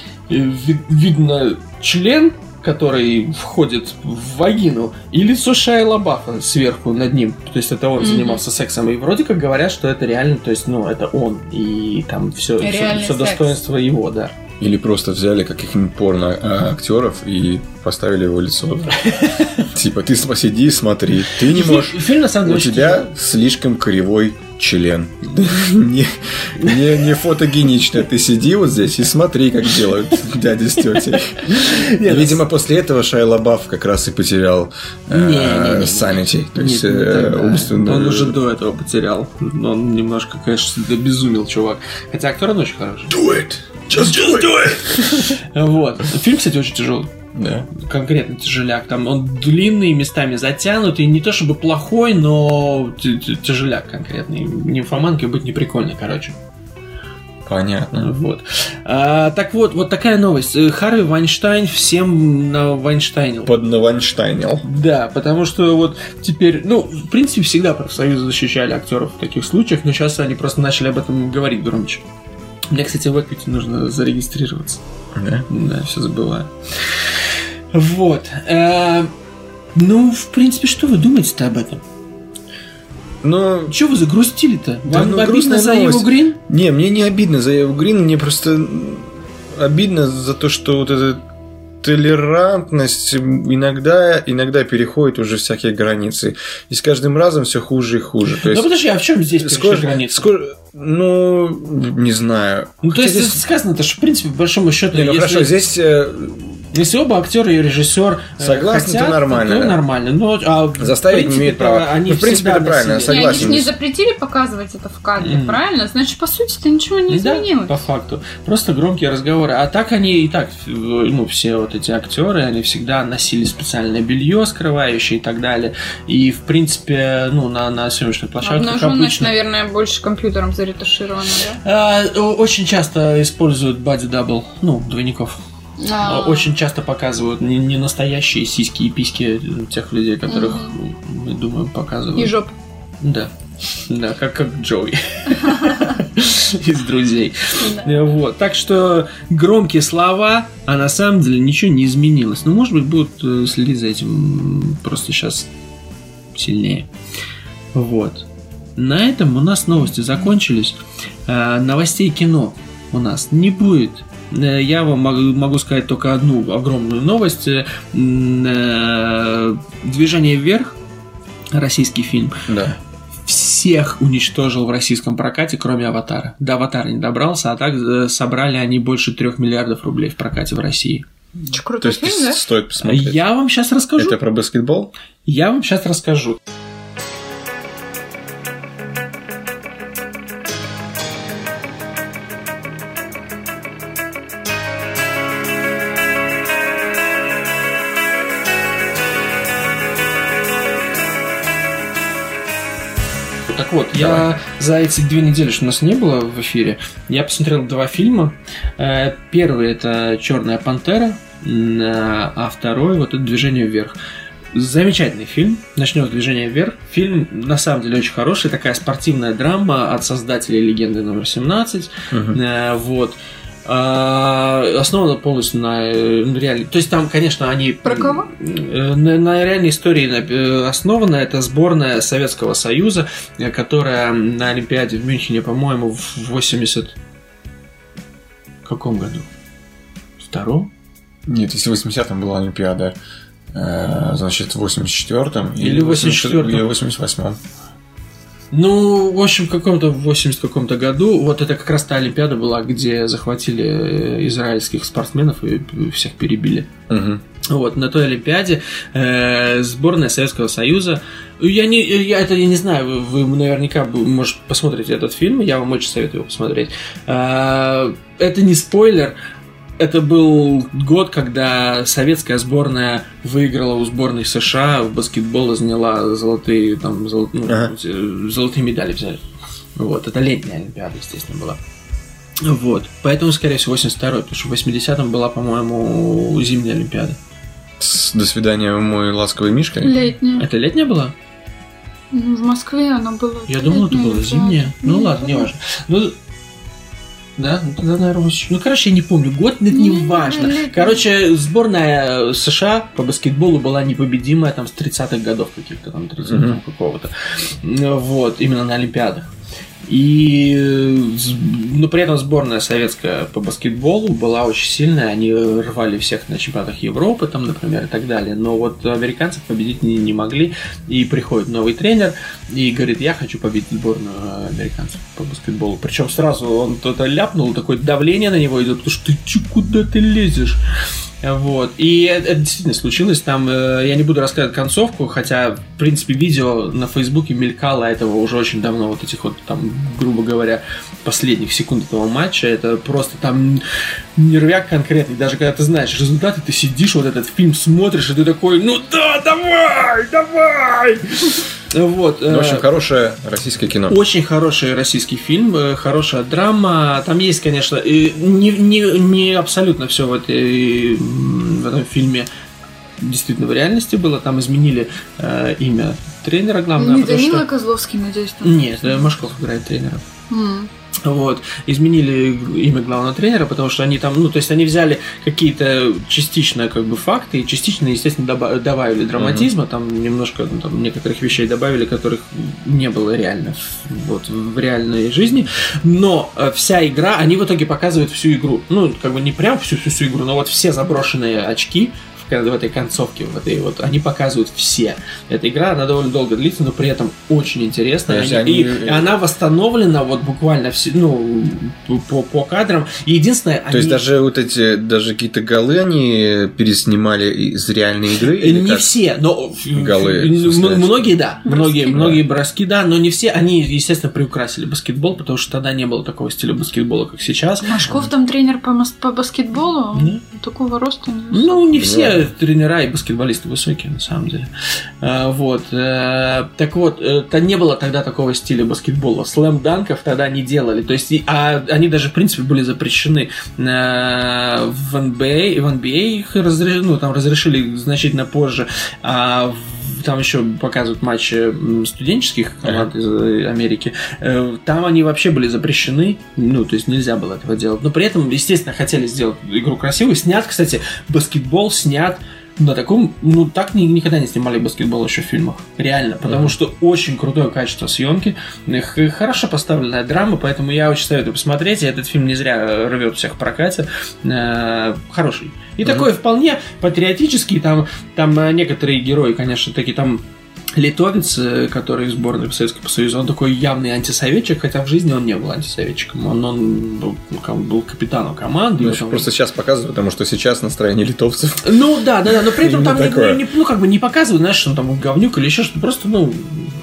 видно член, который входит в вагину, и лицо Шайи Лабафа сверху над ним. То есть это он mm-hmm. занимался сексом. И вроде как говорят, что это реально, то есть, ну, это он. И там все, все, все достоинство его, да. Или просто взяли каких-нибудь порно-актеров и поставили его лицо. Типа, ты посиди и смотри. Ты не можешь. Фильм, на самом деле, у тебя слишком кривой член. Не, не, не фотогенично. Ты сиди вот здесь и смотри, как делают дяди с тетей. Нет, видимо, после этого Шайа Лабаф как раз и потерял санити. То есть умственно. Он уже до этого потерял. Он немножко, конечно, обезумел, чувак. Хотя актер он очень хороший. Do it! Just, just do it! Вот. Фильм, кстати, очень тяжелый. Да. Конкретно тяжеляк. Там он длинный, местами затянутый. Не то чтобы плохой, но тяжеляк конкретный. Нимфоманкой быть не прикольно, короче. Понятно. Вот. А, так вот, вот такая новость. Харви Вайнштейн всем на Вайнштейнил. Под на Вайнштейнил. Да, потому что вот теперь, ну, в принципе, всегда профсоюзы защищали актеров в таких случаях, но сейчас они просто начали об этом говорить громче. Мне, кстати, в Equity нужно зарегистрироваться. Да? Да, все забываю. Вот. Э, ну, в принципе, что вы думаете-то об этом? Ну, чё вы загрустили-то? Да, Вам ну, обидно за новость. Еву Грин? Не, мне не обидно за Еву Грин, мне просто обидно за то, что вот эта толерантность иногда, иногда переходит уже всякие границы. И с каждым разом все хуже и хуже. То есть, ну подожди, а в чем здесь скоро, границы? Скоро, ну, не знаю. Ну, то есть здесь сказано-то, что в принципе, по большому счету, не, ну, если... хорошо, здесь... Если оба актера и режиссер согласны, хотят, то нормально. То да. нормально. Но, а заставить принципе, не имеют права. Они ну, в принципе, это правильно, я согласен. Они же не запретили показывать это в кадре, mm. правильно? Значит, по сути, это ничего не изменилось. Да, по факту. Просто громкие разговоры. А так они и так, ну, все вот эти актеры, они всегда носили специальное белье, скрывающее и так далее. И, в принципе, ну, на, на съемочных площадках обнаженность, обычно... наверное, больше компьютером заретуширована, да? А, очень часто используют body double, ну, двойников. А-а-а. Очень часто показывают не, не настоящие сиськи и письки тех людей, которых, mm-hmm. мы думаем, показывают. И жоп. Да. Да, как, как Джоуи из «Друзей». Вот. Так что громкие слова, а на самом деле ничего не изменилось. Но, может быть, будут следить за этим просто сейчас сильнее. Вот. На этом у нас новости закончились. Новостей кино у нас не будет. Я вам могу сказать только одну огромную новость. «Движение вверх», российский фильм, да. всех уничтожил в российском прокате, кроме «Аватара». До «Аватара» не добрался, а так собрали они больше трех миллиардов рублей в прокате в России. Че, круто. То есть фильм, да? Стоит посмотреть. Я вам сейчас расскажу. Это про баскетбол? Я вам сейчас расскажу. Так вот, Давай. я за эти две недели, что у нас не было в эфире, я посмотрел два фильма. Первый — это «Черная пантера», а второй — вот это «Движение вверх». Замечательный фильм. Начнем с «Движения вверх». Фильм на самом деле очень хороший, такая спортивная драма от создателей «Легенды номер семнадцать». Угу. Вот. Основано полностью на реальной... То есть там, конечно, они... Про кого? На, на реальной истории основана. Это сборная Советского Союза, которая на Олимпиаде в Мюнхене, по-моему, в восемьдесят каком году? В втором? Нет, если в восьмидесятом была Олимпиада, э, значит, в восемьдесят четвёртом или в восемьдесят четвёртом или в восемьдесят восьмом. Ну, в общем, в каком-то в восьмидесятом каком-то году, вот это как раз та Олимпиада была, где захватили израильских спортсменов и всех перебили. Угу. Вот, на той Олимпиаде э, сборная Советского Союза, я не, я это я не знаю, вы, вы наверняка, может, посмотрите этот фильм, я вам очень советую его посмотреть. Э, это не спойлер. Это был год, когда советская сборная выиграла у сборной США в баскетбол и заняла золотые, там, золот, ну, ага. золотые медали взяли. Вот, это летняя Олимпиада, естественно, была. Вот, поэтому, скорее всего, восемьдесят второй, потому что в восьмидесятом была, по-моему, зимняя Олимпиада. До свидания, мой ласковый Мишка. Летняя. Это летняя была? Ну, в Москве она была. Я думал, это была зимняя. Ну, ну ладно, не важно. Ну, да, ну тогда, наверное, ну, короче, я не помню, год, это не, не важно. Не, не, не. Короче, сборная США по баскетболу была непобедимая там с тридцатых годов каких-то, там, тридцатых mm-hmm. какого-то. Вот, именно на Олимпиадах. И, но при этом сборная советская по баскетболу была очень сильная, они рвали всех на чемпионатах Европы, там, например, и так далее, но вот американцев победить не, не могли, и приходит новый тренер и говорит, я хочу победить сборную американцев по баскетболу, причем сразу он кто-то ляпнул, такое давление на него идет, потому что ты чё, куда ты лезешь? Вот. И это действительно случилось. Там э, я не буду рассказывать концовку, хотя, в принципе, видео на Фейсбуке мелькало этого уже очень давно, вот этих вот, там, грубо говоря, последних секунд этого матча. Это просто там нервяк конкретный. Даже когда ты знаешь результаты, ты сидишь, вот этот фильм смотришь, и ты такой, ну да, давай, давай! Вот. В общем, хорошее российское кино. Очень хороший российский фильм, хорошая драма. Там есть, конечно, не, не, не абсолютно все в, этой, в этом фильме действительно в реальности было. Там изменили э, имя тренера главного. Не Данила что... Козловский, надеюсь? Там... Нет, Машков играет тренера. Mm. Вот, изменили имя главного тренера, потому что они там, ну, то есть они взяли какие-то частично как бы факты и частично, естественно, добавили драматизма, uh-huh. там немножко, ну, там некоторых вещей добавили, которых не было реально вот, в реальной жизни, но вся игра, они в итоге показывают всю игру, ну, как бы не прям всю-всю игру, но вот все заброшенные очки в этой концовке, в этой вот, они показывают все. Эта игра, она довольно долго длится, но при этом очень интересная. Они, они... И, и она восстановлена вот буквально все, ну, по, по кадрам. И единственное... То они... есть даже вот эти, даже какие-то голы они переснимали из реальной игры? Не как? Все, но голы, многие, да. Броски, многие, да. многие броски, да, но не все. Они, естественно, приукрасили баскетбол, потому что тогда не было такого стиля баскетбола, как сейчас. Машков там тренер по, по баскетболу? Mm-hmm. Такого роста не высокого. Ну, не все. Да. Тренера и баскетболисты высокие, на самом деле. А, вот. А, так вот, это не было тогда такого стиля баскетбола. Слэм-данков тогда не делали. То есть, а они даже, в принципе, были запрещены а, в эн би эй. В эн би эй их разрешили, ну, там разрешили значительно позже. А в там еще показывают матчи студенческих команд из Америки. Там они вообще были запрещены. Ну, то есть нельзя было этого делать. Но при этом, естественно, хотели сделать игру красивой. Снят, кстати, баскетбол снят на таком, ну, так ни, никогда не снимали баскетбол еще в фильмах. Реально. Потому uh-huh. что очень крутое качество съемки. Хорошо поставленная драма, поэтому я очень советую посмотреть. И этот фильм не зря рвет всех в прокате. Хороший. И uh-huh. такой вполне патриотический. Там, там некоторые герои, конечно, такие там... Литовец, который в сборной Советского Союза, он такой явный антисоветчик, хотя в жизни он не был антисоветчиком, он, он был, был капитаном команды. Ну, потом... Просто сейчас показывают, потому что сейчас настроение литовцев. Ну да, да, да, но при этом там не, не, ну, как бы не показывают, знаешь, что он там говнюк или еще что-то, просто, ну,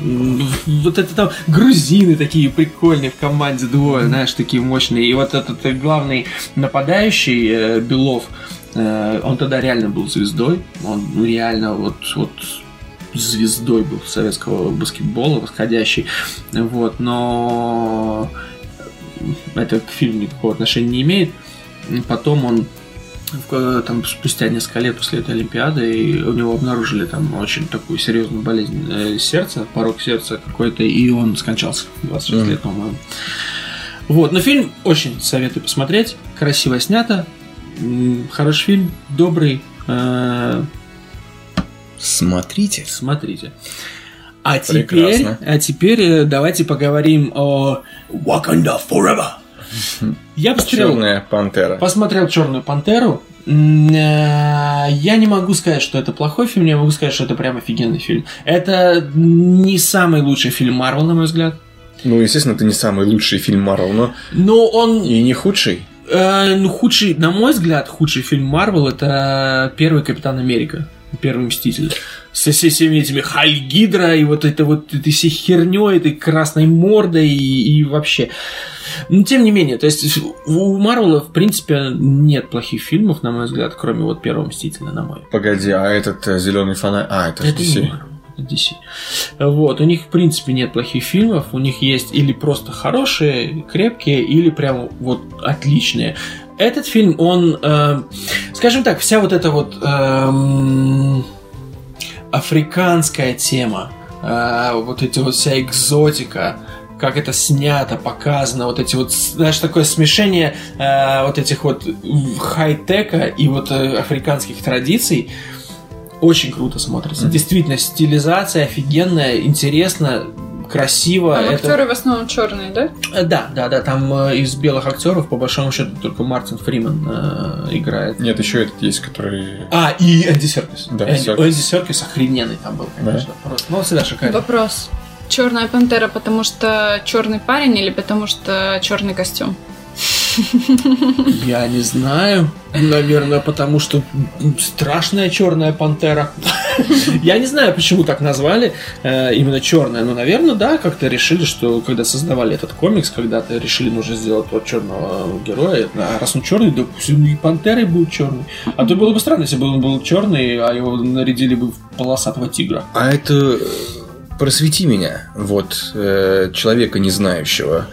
вот это там грузины такие прикольные в команде двое, знаешь, такие мощные. И вот этот главный нападающий, Белов, он тогда реально был звездой, он реально вот, вот звездой был советского баскетбола, восходящий, вот, но это к фильму никакого отношения не имеет. Потом он там, спустя несколько лет после этой Олимпиады, и у него обнаружили там очень такую серьезную болезнь сердца, порок сердца какой-то, и он скончался в двадцать шесть mm. лет, по-моему. Вот, но фильм очень советую посмотреть, красиво снято, хороший фильм, добрый. Смотрите. Смотрите. А теперь, а теперь давайте поговорим о Wakanda Forever. Я посмотрел... Черная пантера. Посмотрел «Черную пантеру». Я не могу сказать, что это плохой фильм, я могу сказать, что это прям офигенный фильм. Это не самый лучший фильм Марвел, на мой взгляд. Ну, естественно, это не самый лучший фильм Марвел, но... Но он... И не худший. Э, ну, худший, на мой взгляд, худший фильм Марвел — это первый Капитан Америка. Первый Мститель. Со всеми этими Халь Гидра и вот это вот этой всей херней, этой красной мордой и, и вообще. Но тем не менее, то есть у Марвела, в принципе, нет плохих фильмов, на мой взгляд, кроме вот первого Мстителя, на мой. Погоди, а этот э, зеленый фонарь. А, это, это ди си. ди си. Вот, у них, в принципе, нет плохих фильмов, у них есть или просто хорошие, крепкие, или прям вот отличные. Этот фильм, он, э, скажем так, вся вот эта вот э, африканская тема, э, вот эти вот вся экзотика, как это снято, показано, вот эти вот, знаешь, такое смешение э, вот этих вот хай-тека и вот э, африканских традиций, очень круто смотрится. Mm-hmm. Действительно, стилизация офигенная, интересно, красиво. Там это... актеры в основном черные, да? Да, да, да. Там э, из белых актеров, по большому счету, только Мартин Фриман э, играет. Нет, еще этот есть, который... А, и Энди Серкис. Да, Энди, Серкис. Энди Серкис охрененный там был, конечно. Да. Просто, ну, он всегда шикарный. Вопрос. Черная пантера, потому что черный парень или потому что черный костюм? Я не знаю. Наверное, потому что страшная черная пантера. Я не знаю, почему так назвали э, именно черная. Но, наверное, да, как-то решили, что когда создавали этот комикс, когда-то решили, нужно сделать вот черного героя. А раз он черный, да пусть он и пантерой будет черный. А то было бы странно, если бы он был черный, а его нарядили бы в полосатого тигра. А это... Просвети меня, вот, э, человека не знающего.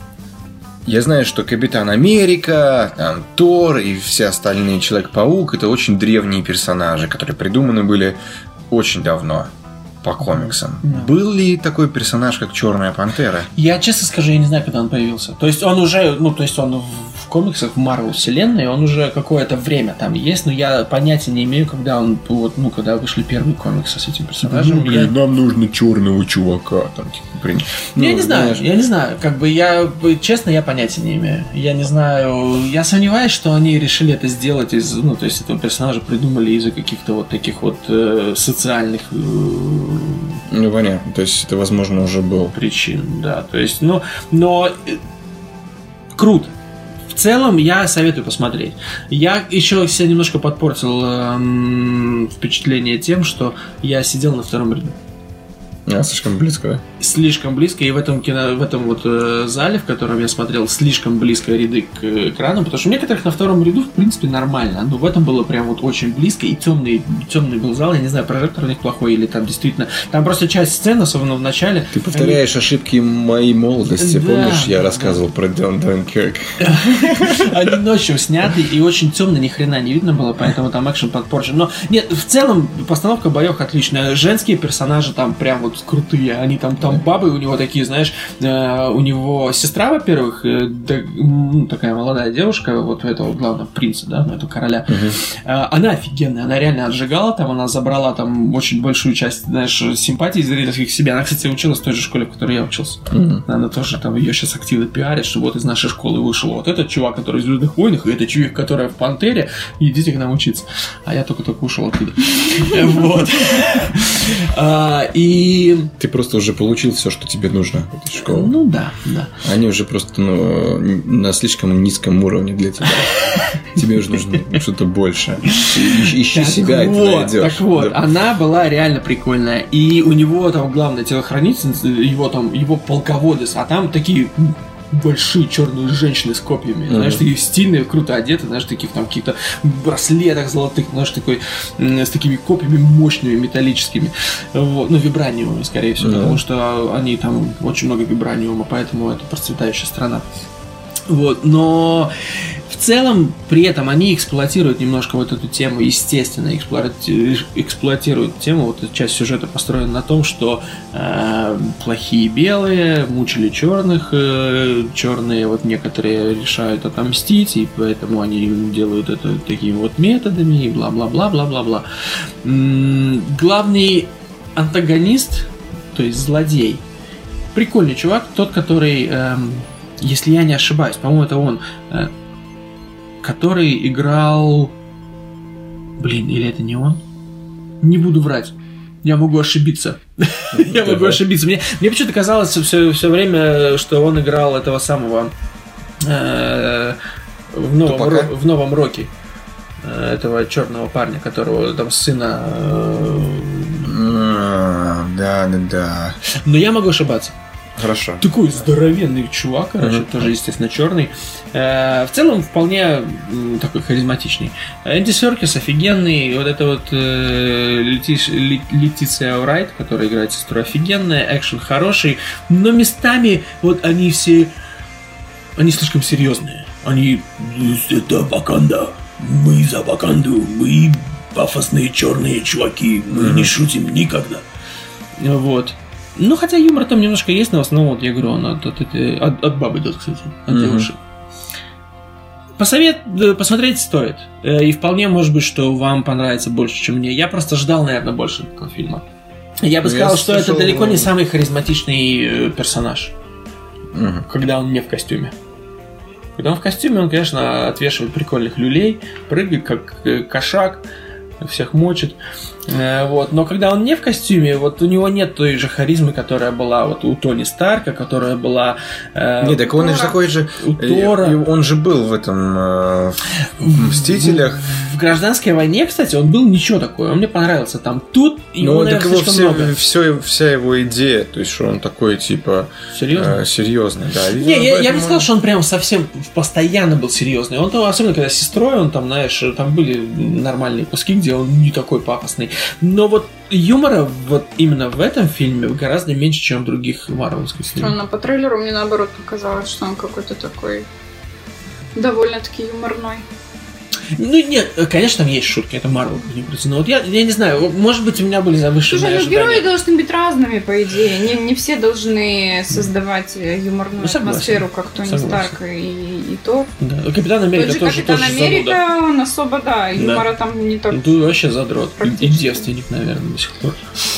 Я знаю, что Капитан Америка, там, Тор и все остальные Человек-паук — это очень древние персонажи, которые придуманы были очень давно по комиксам. Да. Был ли такой персонаж, как Черная пантера? Я честно скажу, я не знаю, когда он появился. То есть он уже, ну, то есть он в комиксах, в Марвел вселенной, он уже какое-то время там есть, но я понятия не имею, когда он, вот, ну, когда вышли первые комиксы с этим персонажем. Ну, я... Нам нужно черного чувака. Там, типа, ну, я не знаю, знаешь... я не знаю. Как бы я, честно, я понятия не имею. Я не знаю. Я сомневаюсь, что они решили это сделать из, ну, то есть этого персонажа придумали из-за каких-то вот таких вот э, социальных э, ну, понятно. То есть это, возможно, уже был причин, да. То есть, ну, но э, круто. В целом, я советую посмотреть. Я еще себя немножко подпортил эм, впечатление тем, что я сидел на втором ряду. А, слишком близко, да? Слишком близко, и в этом кино, в этом вот э, зале, в котором я смотрел, слишком близко ряды к экрану, потому что у некоторых на втором ряду, в принципе, нормально, но в этом было прям вот очень близко, и темный, темный был зал, я не знаю, прожектор у них плохой, или там действительно, там просто часть сцены, особенно в начале. Ты повторяешь они... ошибки моей молодости, да, помнишь, я да, рассказывал да. про Дон Дункерк. Они ночью сняты, и очень темно, ни хрена не видно было, поэтому там экшен подпорчен. Но нет, в целом, постановка боев отличная, женские персонажи там прям вот крутые, они там, там бабы у него такие, знаешь, э, у него сестра, во-первых, э, да, ну, такая молодая девушка, вот этого главного принца, да, ну, этого короля, uh-huh. э, она офигенная, она реально отжигала там, она забрала там очень большую часть, знаешь, симпатий зрительских к себе. Она, кстати, училась в той же школе, в которой я учился. Uh-huh. Она тоже там, ее сейчас активно пиарит, что вот из нашей школы вышел вот этот чувак, который в «Звездных войнах», и этот чувак, который в «Пантере», идите к нам учиться. А я только-только ушел оттуда. Вот. И ты просто уже получил все, что тебе нужно в этой школе. Ну да, да. Они уже просто ну, на слишком низком уровне для тебя. Тебе уже нужно что-то больше. Ищи себя, и ты найдешь. Так вот, она была реально прикольная. И у него там главная телохранительница, его там, его полководец, а там такие большие черные женщины с копьями, mm-hmm. знаешь, такие стильные, круто одеты, знаешь, таких там каких-то браслетах золотых, знаешь, такой, с такими копьями мощными, металлическими, вот, ну, вибраниумами, скорее всего, mm-hmm. потому что они там очень много вибраниума, поэтому это процветающая страна. Вот, но в целом при этом они эксплуатируют немножко вот эту тему, естественно, эксплуатируют, эксплуатируют тему, вот эта часть сюжета построена на том, что э, плохие белые мучили черных, э, черные вот некоторые решают отомстить, и поэтому они делают это такими вот методами, и бла-бла-бла-бла-бла-бла. М-м, главный антагонист, то есть злодей, прикольный чувак, тот, который... Э, если я не ошибаюсь, по-моему, это он, э, который играл... Блин, или это не он? Не буду врать. Я могу ошибиться. Я могу ошибиться. Мне почему-то казалось все время, что он играл этого самого в новом Роки. Этого черного парня, которого там сына... Да, да, да. Но я могу ошибаться. Хорошо. Такой здоровенный чувак, короче, mm-hmm. тоже, естественно, черный. Э, в целом, вполне м, такой харизматичный. Энди Серкис офигенный. Вот это вот э, Лети, Летиция Урайт, которая играет сестру, офигенная. Экшен хороший. Но местами вот они все... Они слишком серьезные. Они... Это Ваканда. Мы за Ваканду. Мы пафосные черные чуваки. Мы mm-hmm. не шутим никогда. Вот. Ну, хотя юмор там немножко есть, но в основном, вот я говорю, он от, от, от, от бабы идет, кстати, от mm-hmm. девушек. Посовет, посмотреть стоит. И вполне может быть, что вам понравится больше, чем мне. Я просто ждал, наверное, больше этого фильма. Я бы ну, сказал, я что слышал... это далеко не самый харизматичный персонаж, mm-hmm. когда он не в костюме. Когда он в костюме, он, конечно, отвешивает прикольных люлей, прыгает как кошак, всех мочит. Вот. Но когда он не в костюме, вот у него нет той же харизмы, которая была вот у Тони Старка, которая была э, не, так он Тора, же такой же у Тора. Он же был в этом э, в «Мстителях». В, в «Гражданской войне», кстати, он был ничего такой. Он мне понравился там. Тут его, наверное, слишком все, много. Все, вся его идея, то есть, что он такой, типа... Серьезно? Э, серьезный, да. Видимо, не, я, я бы сказал, что он прям совсем постоянно был серьезный. Он там, особенно когда с сестрой, он там, знаешь, там были нормальные куски, где он не такой пафосный. Но вот юмора вот именно в этом фильме гораздо меньше, чем в других марвелских фильмах. Странно, по трейлеру мне наоборот показалось, что он какой-то такой довольно-таки юморной. Ну нет, конечно, там есть шутки, это Марвел, но вот я, я не знаю, может быть, у меня были завышенные Слушай, ожидания. Герои должны быть разными, по идее. Не, не все должны создавать юморную ну, атмосферу, как Тони Старк и, и Тор. Да. Капитан Америка же тоже, Капитан тоже Америка, зануда. Он особо, да, юмора да. там не так. Ты вообще задрот. И девственник, наверное, до сих пор.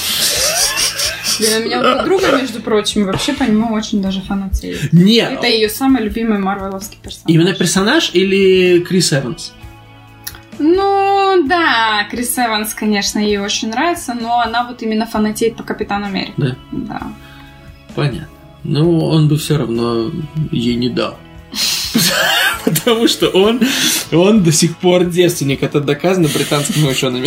Для меня вот подруга, между прочим, вообще по нему очень даже фанатеет. Нет. Это ее самый любимый марвеловский персонаж. Именно персонаж или Крис Эванс? Ну, да, Крис Эванс, конечно, ей очень нравится, но она вот именно фанатеет по Капитану Америке. Да? Да. Понятно. Ну, он бы все равно ей не дал. Потому что он, он до сих пор девственник. Это доказано британскими учеными.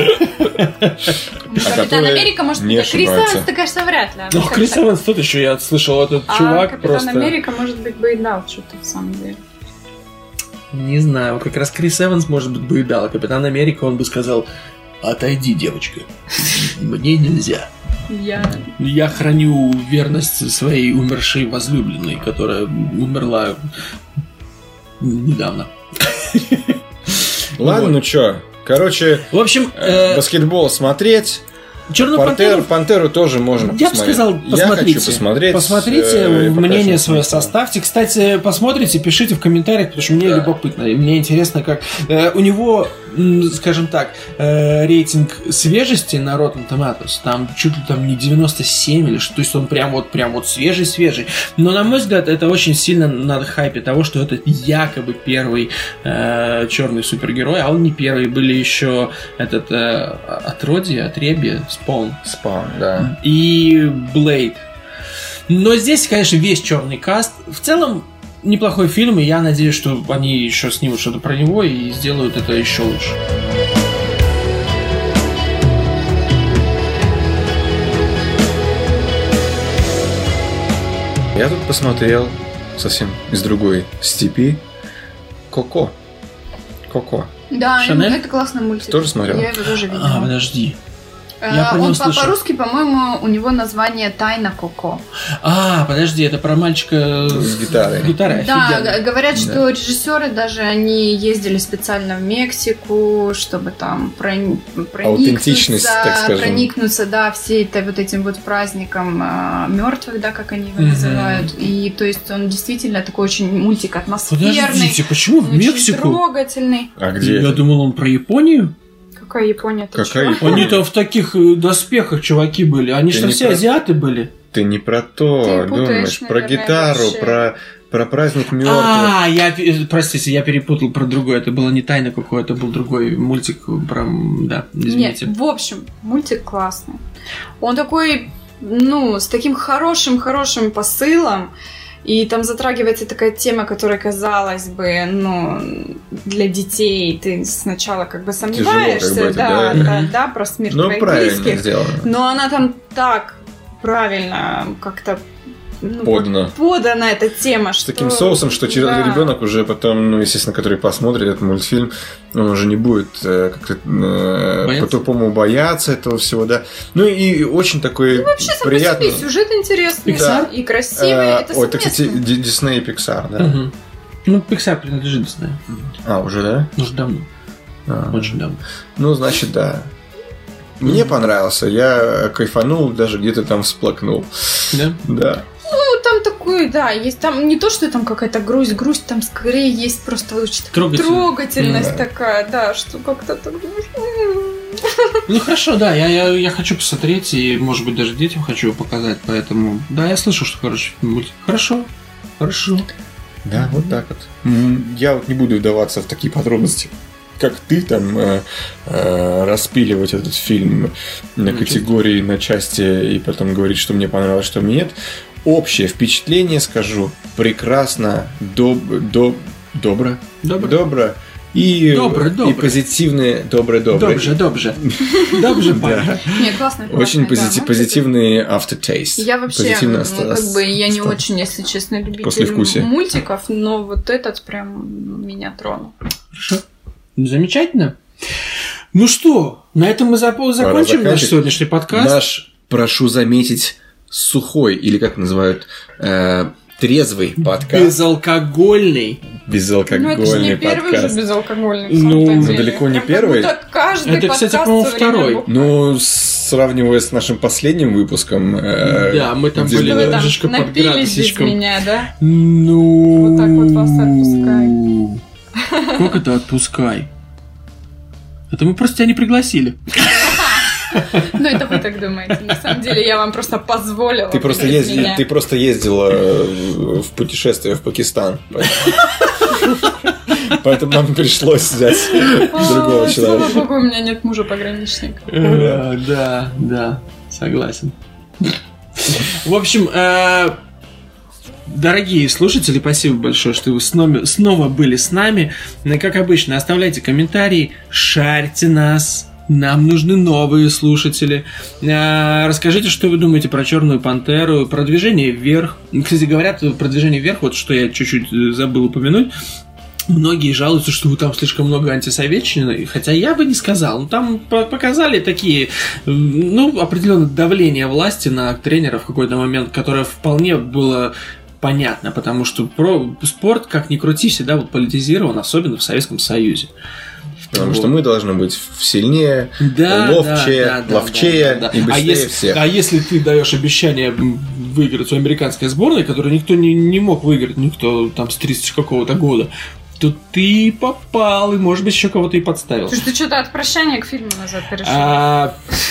Капитан Америка, может быть, Крис Эванс, конечно, вряд ли. Ну, Крис Эванс тот еще, я слышал, этот чувак просто... Капитан Америка, может быть, бы и дал что-то в самом деле. Не знаю, вот как раз Крис Эванс, может быть, бы и дал. Капитан Америка, он бы сказал: отойди, девочка, мне нельзя. Я... Я храню верность своей умершей возлюбленной, которая умерла недавно. Ладно, вот. Ну чё, короче, в общем, э... баскетбол смотреть. Черную Пантеру, Пантеру тоже можно я посмотреть. бы сказал, посмотрите. Я хочу посмотреть. Посмотрите, э, мнение свое составьте. Кстати, посмотрите, пишите в комментариях, потому что мне да. любопытно. И мне интересно, как... Э, у него, скажем так, э, рейтинг свежести на Rotten Tomatoes, там чуть ли там не девяносто семь или что, то есть он прям вот, прям вот свежий-свежий. Но, на мой взгляд, это очень сильно на хайпе того, что это якобы первый э, черный супергерой, а он не первый. Были еще этот э, Отродье, Отребье, Spawn. Spawn, да. И Blade. Но здесь, конечно, весь черный каст. В целом, неплохой фильм, и я надеюсь, что они еще снимут что-то про него и сделают это еще лучше. Я тут посмотрел совсем из другой степи Коко. Коко. Да, Шанель? Это классный мультик. Тоже смотрел? Я его тоже видела. А, подожди. Я он по- по-русски, по-моему, у него название «Тайна Коко». А, подожди, это про мальчика с гитарой. С гитарой, да, офигенно. Говорят, что да. режиссеры даже они ездили специально в Мексику, чтобы там прони- аутентичность, так скажем. проникнуться, да, всей это вот этим вот праздником э, мертвых, да, как они его mm-hmm. называют. И то есть он действительно такой очень мультик атмосферный. Подождите, почему в Мексику? Очень трогательный. А где? Я это? думал, он про Японию. Какая Япония? Какая Япония? Они-то в таких доспехах чуваки были. Они что, все про... азиаты были? Ты не про то Ты думаешь, путаешь, про наверное, гитару, вообще. про, про праздник мертвых. А, я, простите, я перепутал про другое. Это было не «Тайна Коко», это был другой мультик про... Да, извините. Нет, в общем, мультик классный. Он такой, ну, с таким хорошим-хорошим посылом. И там затрагивается такая тема, которая, казалось бы, ну, для детей ты сначала как бы сомневаешься, Тяжело, как бы, да, да, да, да, про смерть ну, твоих близких. Сделано. Но она там так правильно как-то ну, подано. подана эта тема. С что... таким соусом, что да. ребенок уже потом, ну, естественно, который посмотрит этот мультфильм, он уже не будет э, как-то э, по-тупому бояться этого всего, да. Ну и очень такой ну, вообще, приятный. Вообще, сюжет интересный да. и красивый. А, это ой, это, кстати, Disney и Pixar, да? Угу. Ну, Pixar принадлежит Disney. А, уже, да? Уже давно. А. Очень давно. Ну, значит, да. Мне mm-hmm. понравился, я кайфанул, даже где-то там всплакнул. Да? Да. Ну, там такой, да, есть там не то, что там какая-то грусть, грусть, там скорее есть просто очень трогательность mm-hmm. такая, да, что как-то так думаешь... Ну, хорошо, да, я, я, я хочу посмотреть, и, может быть, даже детям хочу показать, поэтому... Да, я слышу, что хороший мультик. Хорошо, хорошо. Да, вот так вот. Я вот не буду вдаваться в такие подробности, как ты там э, э, распиливать этот фильм на категории, на части и потом говорить, что мне понравилось, что мне нет. Общее впечатление, скажу, прекрасно, доб, доб, добро, добро, добро и, добро, добро. и позитивные, доброе, доброе. Добже, добже. Добже, да. Нет, классно, классно. Очень позитив, да, позитивный aftertaste. Я вообще, ну, как бы, я не очень, если честно, любитель мультиков, но вот этот прям меня тронул. Хорошо. Замечательно. Ну что, на этом мы зап- закончим наш сегодняшний подкаст. Наш, прошу заметить, сухой, или как называют, э, трезвый подкаст. Безалкогольный. Безалкогольный подкаст. Ну, это же не подкаст. первый же безалкогольный. Ну, ну далеко не первый. Это, кстати, по-моему, второй. Ну, сравнивая с нашим последним выпуском. Э, да, мы там были немножечко под градусичком. Меня, да? Ну. Вот так вот вас отпускай. Как это отпускай? Это мы просто тебя не пригласили. Ну, это вы так думаете. На самом деле, я вам просто позволила. Ты просто, езди, ты просто ездила в путешествие в Пакистан. Поэтому нам пришлось взять другого человека. Слава богу, у меня нет мужа-пограничника. Да, да, согласен. В общем, дорогие слушатели, спасибо большое, что вы снова были с нами. Как обычно, оставляйте комментарии, шарьте нас. Нам нужны новые слушатели. Расскажите, что вы думаете про «Черную пантеру», про «Движение вверх». Кстати, говорят про «Движение вверх», вот что я чуть-чуть забыл упомянуть. Многие жалуются, что там слишком много антисоветчины, хотя я бы не сказал. Ну, там показали такие, ну, определенное давление власти на тренеров в какой-то момент, которое вполне было понятно, потому что про спорт, как ни крути, всегда был политизирован, особенно в Советском Союзе. Потому вот. Что мы должны быть сильнее, да, ловчее, да, да, ловчее да, да, да. и быстрее а если, всех. А если ты даешь обещание выиграть у американской сборной, которую никто не, не мог выиграть, никто там с тридцать какого-то года, то ты попал, и, может быть, еще кого-то и подставил. Слушай, ты что-то от прощания к фильму назад перешел. А...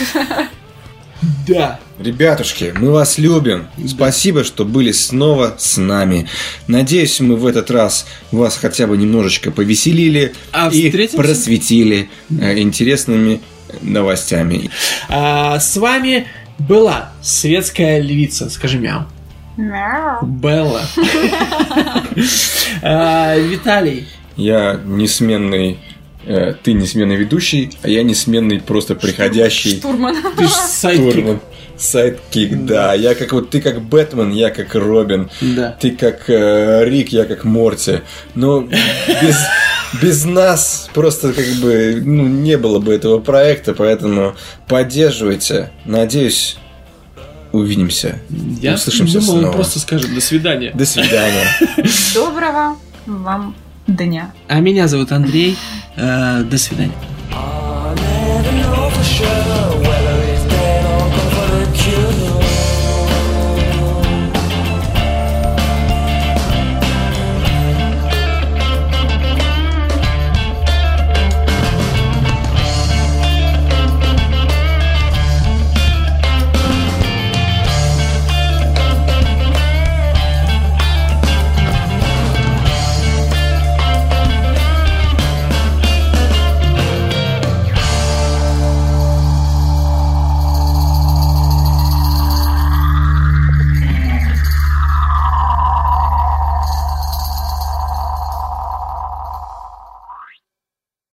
Да. Ребятушки, мы вас любим. Спасибо, что были снова с нами. Надеюсь, мы в этот раз вас хотя бы немножечко повеселили а и встретимся? просветили э, интересными новостями. А, с вами была светская львица. Скажи мяу. Мяу. Белла. Виталий. Я несменный... Ты несменный ведущий, а я несменный просто приходящий... Штурман. Ты ж сайдкик. Сайдкик, да. Я как вот ты как Бэтмен, я как Робин. Да. Ты как э, Рик, я как Морти. Но без, без нас просто как бы ну, не было бы этого проекта, поэтому поддерживайте. Надеюсь, увидимся. Я услышимся думал, снова. Он просто скажет до свидания. До свидания. Доброго вам дня. А меня зовут Андрей. Э, до свидания. I never know for sure.